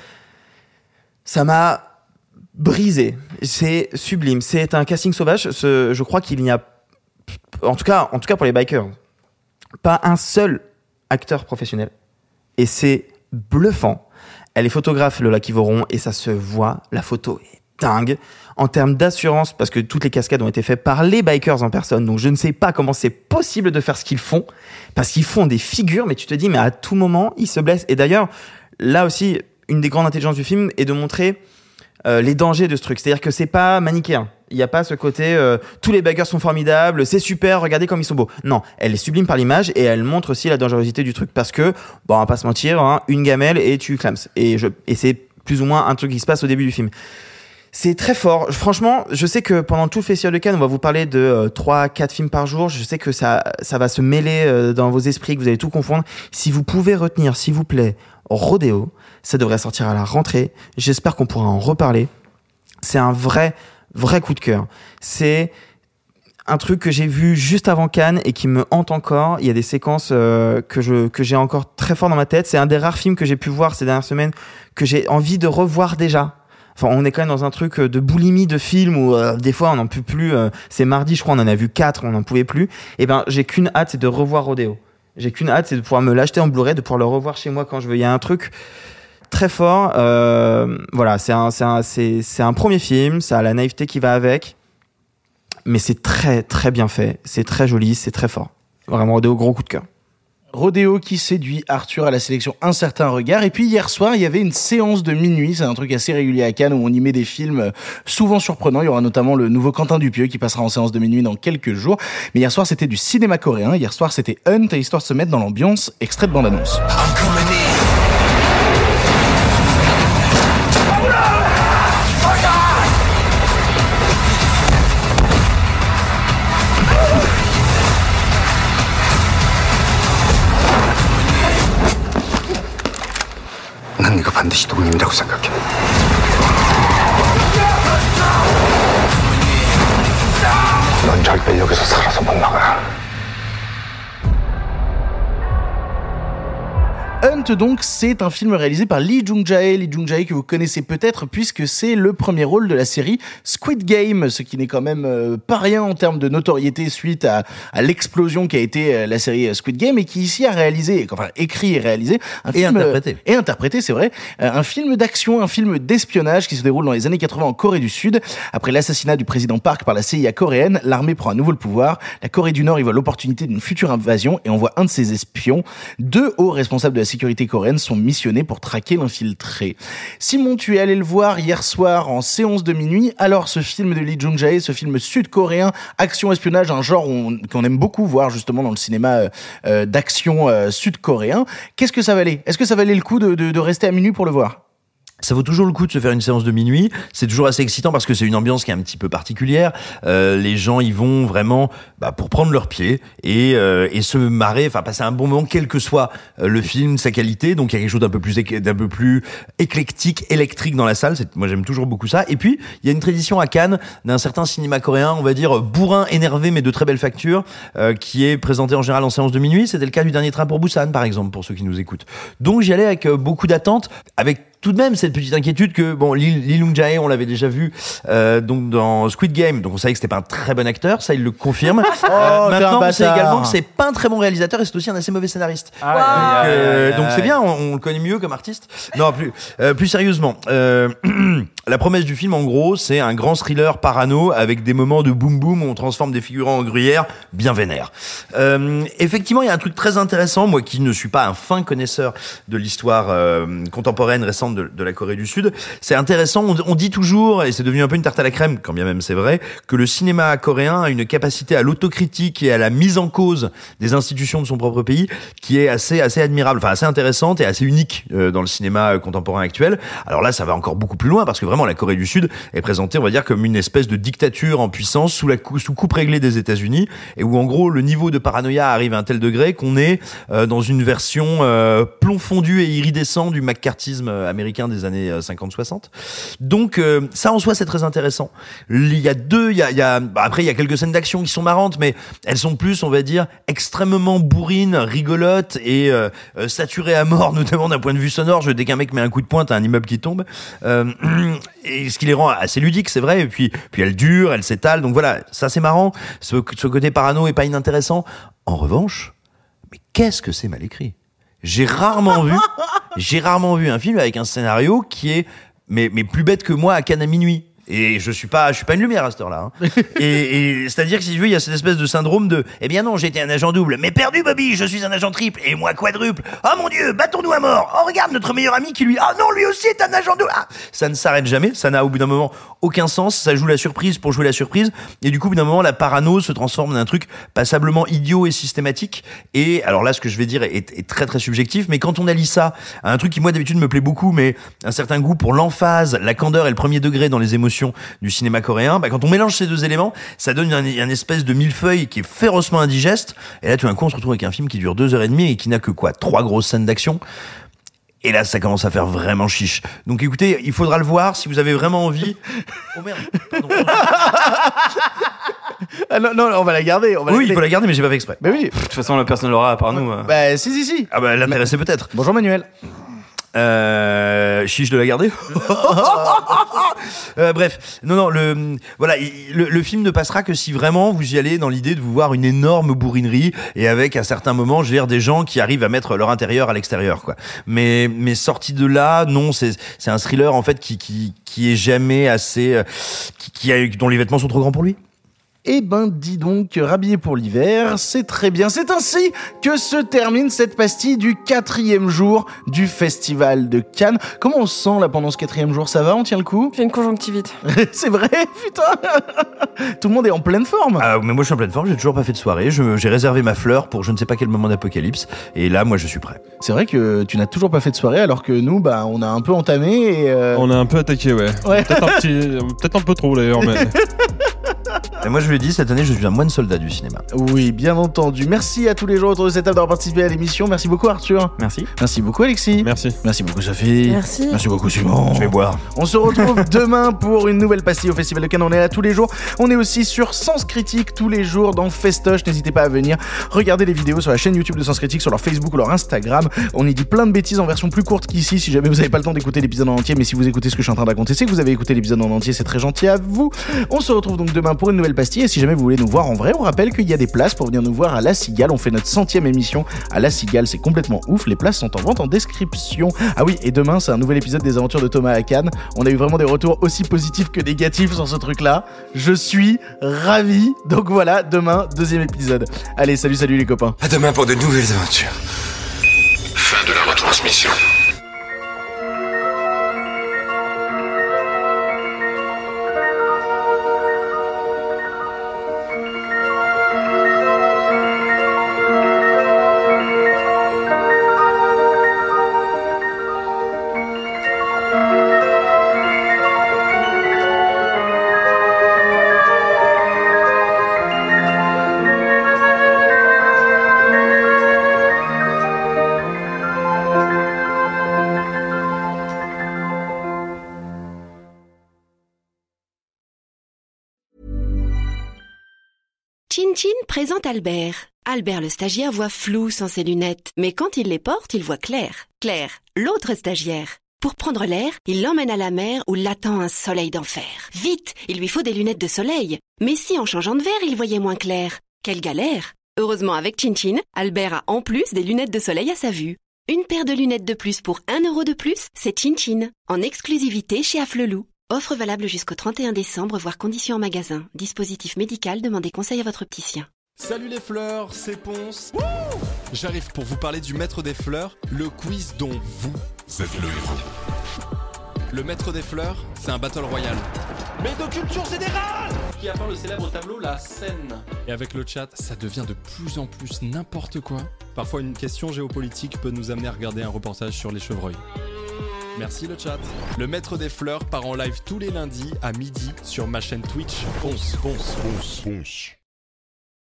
Ça m'a brisé. C'est sublime. C'est un casting sauvage. Ce, je crois qu'il n'y a, en tout cas, en tout cas pour les bikers, pas un seul acteur professionnel. Et c'est bluffant. Elle est photographe, Lola Kivoron, et ça se voit. La photo est dingue. En termes d'assurance, parce que toutes les cascades ont été faites par les bikers en personne, donc je ne sais pas comment c'est possible de faire ce qu'ils font, parce qu'ils font des figures, mais tu te dis, mais à tout moment, ils se blessent. Et d'ailleurs, là aussi, une des grandes intelligences du film est de montrer euh, les dangers de ce truc. C'est-à-dire que c'est pas manichéen. Il n'y a pas ce côté euh, tous les bikers sont formidables, c'est super, regardez comme ils sont beaux. Non, elle est sublime par l'image et elle montre aussi la dangerosité du truc, parce que, bon, on va pas se mentir, hein, une gamelle et tu clames. Et, je, et c'est plus ou moins un truc qui se passe au début du film. C'est très fort. Franchement, je sais que pendant tout le Festival de Cannes, on va vous parler de euh, trois quatre films par jour. Je sais que ça, ça va se mêler euh, dans vos esprits, que vous allez tout confondre. Si vous pouvez retenir, s'il vous plaît, Rodéo, ça devrait sortir à la rentrée. J'espère qu'on pourra en reparler. C'est un vrai, vrai coup de cœur. C'est un truc que j'ai vu juste avant Cannes et qui me hante encore. Il y a des séquences euh, que je que j'ai encore très fort dans ma tête. C'est un des rares films que j'ai pu voir ces dernières semaines que j'ai envie de revoir déjà. Enfin, on est quand même dans un truc de boulimie de film où euh, des fois on n'en peut plus. Euh, c'est mardi, je crois, on en a vu quatre, on n'en pouvait plus. Et ben, j'ai qu'une hâte, c'est de revoir Rodéo. J'ai qu'une hâte, c'est de pouvoir me l'acheter en Blu-ray, de pouvoir le revoir chez moi quand je veux. Il y a un truc très fort. Euh, voilà, c'est un, c'est un, c'est, c'est un premier film. Ça a la naïveté qui va avec, mais c'est très, très bien fait. C'est très joli, c'est très fort. Vraiment, Rodéo, gros coup de cœur. Rodéo qui séduit Arthur à la sélection Un certain regard. Et puis hier soir, il y avait une séance de minuit. C'est un truc assez régulier à Cannes où on y met des films souvent surprenants. Il y aura notamment le nouveau Quentin Dupieux qui passera en séance de minuit dans quelques jours. Mais hier soir, c'était du cinéma coréen. Hier soir, c'était Hunt, histoire de se mettre dans l'ambiance. Extrait de bande-annonce. 난 네가 반드시 독립이라고 생각해. 넌 절대 여기서 살아서 못 나가. Hunt, donc, c'est un film réalisé par Lee Jung-jae. Lee Jung-jae que vous connaissez peut-être puisque c'est le premier rôle de la série Squid Game, ce qui n'est quand même euh, pas rien en termes de notoriété suite à, à l'explosion qui a été euh, la série Squid Game, et qui ici a réalisé, enfin écrit et réalisé un et film interprété. Euh, et interprété, c'est vrai, euh, un film d'action, un film d'espionnage qui se déroule dans les années quatre-vingts en Corée du Sud. Après l'assassinat du président Park par la C I A coréenne, l'armée prend à nouveau le pouvoir. La Corée du Nord y voit l'opportunité d'une future invasion et envoie un de ses espions. Deux hauts responsables de la sécurité coréenne sont missionnés pour traquer l'infiltré. Simon, tu es allé le voir hier soir en séance de minuit. Alors, ce film de Lee Jung-jae, ce film sud-coréen, action-espionnage, un genre on, qu'on aime beaucoup voir justement dans le cinéma euh, d'action euh, sud-coréen. Qu'est-ce que ça valait ? Est-ce que ça valait le coup de, de, de rester à minuit pour le voir ? Ça vaut toujours le coup de se faire une séance de minuit. C'est toujours assez excitant parce que c'est une ambiance qui est un petit peu particulière. Euh, les gens y vont vraiment bah, pour prendre leur pied et, euh, et se marrer, enfin passer un bon moment, quel que soit euh, le film, sa qualité. Donc il y a quelque chose d'un peu plus d'un peu plus éclectique, électrique dans la salle. C'est, moi j'aime toujours beaucoup ça. Et puis il y a une tradition à Cannes d'un certain cinéma coréen, on va dire bourrin, énervé, mais de très belle facture, euh, qui est présenté en général en séance de minuit. C'était le cas du Dernier Train pour Busan, par exemple, pour ceux qui nous écoutent. Donc j'y allais avec euh, beaucoup d'attentes, avec tout de même cette petite inquiétude que bon, Lee, Lee Lung-jae, on l'avait déjà vu euh, donc dans Squid Game, donc on savait que c'était pas un très bon acteur, ça il le confirme. Oh, euh, maintenant, on sait bâtard. également que c'est pas un très bon réalisateur et c'est aussi un assez mauvais scénariste. Ah, donc, ouais, ouais, euh, ouais, donc ouais. c'est bien, on, on le connaît mieux comme artiste. Non, plus euh, plus sérieusement, euh, la promesse du film, en gros, c'est un grand thriller parano avec des moments de boom boom où on transforme des figurants en gruyère, bien vénère. Euh, effectivement, il y a un truc très intéressant, moi qui ne suis pas un fin connaisseur de l'histoire euh, contemporaine récente de, de la Corée du Sud, c'est intéressant. On, on dit toujours, et c'est devenu un peu une tarte à la crème, quand bien même c'est vrai, que le cinéma coréen a une capacité à l'autocritique et à la mise en cause des institutions de son propre pays qui est assez assez admirable, enfin assez intéressante et assez unique euh, dans le cinéma contemporain actuel. Alors là, ça va encore beaucoup plus loin parce que vraiment la Corée du Sud est présentée, on va dire, comme une espèce de dictature en puissance sous la cou- sous coupe réglée des États-Unis et où en gros le niveau de paranoïa arrive à un tel degré qu'on est euh, dans une version euh, plomb fondu et iridescent du McCarthyisme américain des années cinquante soixante. Donc euh, ça en soi c'est très intéressant. Il y a deux, il y a, il y a bah, après il y a quelques scènes d'action qui sont marrantes, mais elles sont plus, on va dire, extrêmement bourrines, rigolotes et euh, euh, saturées à mort, notamment d'un point de vue sonore. Je, dès qu'un mec met un coup de poing, t'as un immeuble qui tombe. Euh, et ce qui les rend assez ludiques, c'est vrai. Et puis, puis elles durent, elles s'étalent. Donc voilà, ça c'est marrant. Ce, ce côté parano est pas inintéressant. En revanche, mais qu'est-ce que c'est mal écrit. J'ai rarement vu, j'ai rarement vu un film avec un scénario qui est mais mais plus bête que moi à Cannes à minuit. Et je suis pas, je suis pas une lumière à cette heure-là. Hein. et, et c'est-à-dire que si tu veux, il y a cette espèce de syndrome de, eh bien non, j'étais un agent double, mais perdu Bobby, je suis un agent triple, et moi quadruple. Oh mon Dieu, battons-nous à mort. Oh regarde notre meilleur ami qui lui, ah non, lui aussi est un agent double. Ah, ça ne s'arrête jamais, ça n'a au bout d'un moment aucun sens. Ça joue la surprise pour jouer la surprise, et du coup, au bout d'un moment, la parano se transforme en un truc passablement idiot et systématique. Et alors là, ce que je vais dire est, est très très subjectif, mais quand on allie ça à un truc qui moi d'habitude me plaît beaucoup, mais un certain goût pour l'emphase, la candeur et le premier degré dans les émotions du cinéma coréen, bah quand on mélange ces deux éléments, ça donne un, un espèce de millefeuille qui est férocement indigeste. Et là, tout d'un coup, on se retrouve avec un film qui dure deux heures et demie et qui n'a que quoi, trois grosses scènes d'action. Et là, ça commence à faire vraiment chiche. Donc, écoutez, il faudra le voir si vous avez vraiment envie. Oh merde, pardon. Ah non, non, on va la garder. On va oui, la il faut la garder, mais j'ai pas fait exprès. Mais oui. De toute façon, la personne l'aura à part nous. euh. Bah si si si. Ah bah l'intéresser peut-être. Bonjour Manuel. Euh, chiche de la garder. euh, bref, non non, le voilà, le, le film ne passera que si vraiment vous y allez dans l'idée de vous voir une énorme bourrinerie et avec à certains moments, je veux dire, des gens qui arrivent à mettre leur intérieur à l'extérieur, quoi. Mais mais sorti de là, non, c'est c'est un thriller en fait qui qui qui est jamais assez, euh, qui, qui a, dont les vêtements sont trop grands pour lui. Eh ben, dis donc, rhabillé pour l'hiver, c'est très bien. C'est ainsi que se termine cette pastille du quatrième jour du Festival de Cannes. Comment on se sent là pendant ce quatrième jour? Ça va? On tient le coup? J'ai une conjonctivite. C'est vrai? Putain. Tout le monde est en pleine forme. Ah, mais moi je suis en pleine forme, j'ai toujours pas fait de soirée. Je, j'ai réservé ma fleur pour je ne sais pas quel moment d'apocalypse. Et là, moi je suis prêt. C'est vrai que tu n'as toujours pas fait de soirée alors que nous, bah, on a un peu entamé et euh... On a un peu attaqué, ouais. Ouais. Peut-être un petit, peut-être un peu trop d'ailleurs, mais. Et moi je lui ai dit, cette année je suis un moine soldat du cinéma. Oui, bien entendu. Merci à tous les gens autour de cette table d'avoir participé à l'émission. Merci beaucoup Arthur. Merci. Merci beaucoup Alexis. Merci. Merci beaucoup Sophie. Merci. Merci beaucoup Simon. Je vais boire. On se retrouve demain pour une nouvelle pastille au Festival de Cannes. On est là tous les jours. On est aussi sur Sens Critique tous les jours dans Festoche. N'hésitez pas à venir regarder les vidéos sur la chaîne YouTube de Sens Critique, sur leur Facebook ou leur Instagram. On y dit plein de bêtises en version plus courte qu'ici si jamais vous n'avez pas le temps d'écouter l'épisode en entier. Mais si vous écoutez ce que je suis en train de raconter, c'est que vous avez écouté l'épisode en entier. C'est très gentil à vous. On se retrouve donc demain pour une nouvelle pastille. Et si jamais vous voulez nous voir en vrai, on rappelle qu'il y a des places pour venir nous voir à La Cigale. On fait notre centième émission à La Cigale. C'est complètement ouf. Les places sont en vente en description. Ah oui, et demain, c'est un nouvel épisode des aventures de Thomas à Cannes. On a eu vraiment des retours aussi positifs que négatifs sur ce truc-là. Je suis ravi. Donc voilà, demain, deuxième épisode. Allez, salut, salut les copains. À demain pour de nouvelles aventures. Fin de la retransmission. Chin Chin présente Albert. Albert le stagiaire voit flou sans ses lunettes, mais quand il les porte, il voit clair. Clair, l'autre stagiaire. Pour prendre l'air, il l'emmène à la mer où l'attend un soleil d'enfer. Vite, il lui faut des lunettes de soleil. Mais si en changeant de verre, il voyait moins clair? Quelle galère! Heureusement, avec Chin Chin, Albert a en plus des lunettes de soleil à sa vue. Une paire de lunettes de plus pour un euro de plus, c'est Chin Chin, en exclusivité chez Afflelou. Offre valable jusqu'au trente et un décembre, voire conditions en magasin. Dispositif médical, demandez conseil à votre opticien. Salut les fleurs, c'est Ponce. Wouh! J'arrive pour vous parler du Maître des Fleurs, le quiz dont vous êtes le héros. Le Maître des Fleurs, c'est un battle royal. Mais de culture générale qui a peint le célèbre tableau La Seine. Et avec le chat, ça devient de plus en plus n'importe quoi. Parfois, une question géopolitique peut nous amener à regarder un reportage sur les chevreuils. Merci le chat. Le Maître des Fleurs part en live tous les lundis à midi sur ma chaîne Twitch. Ponce, ponce, ponce, ponce.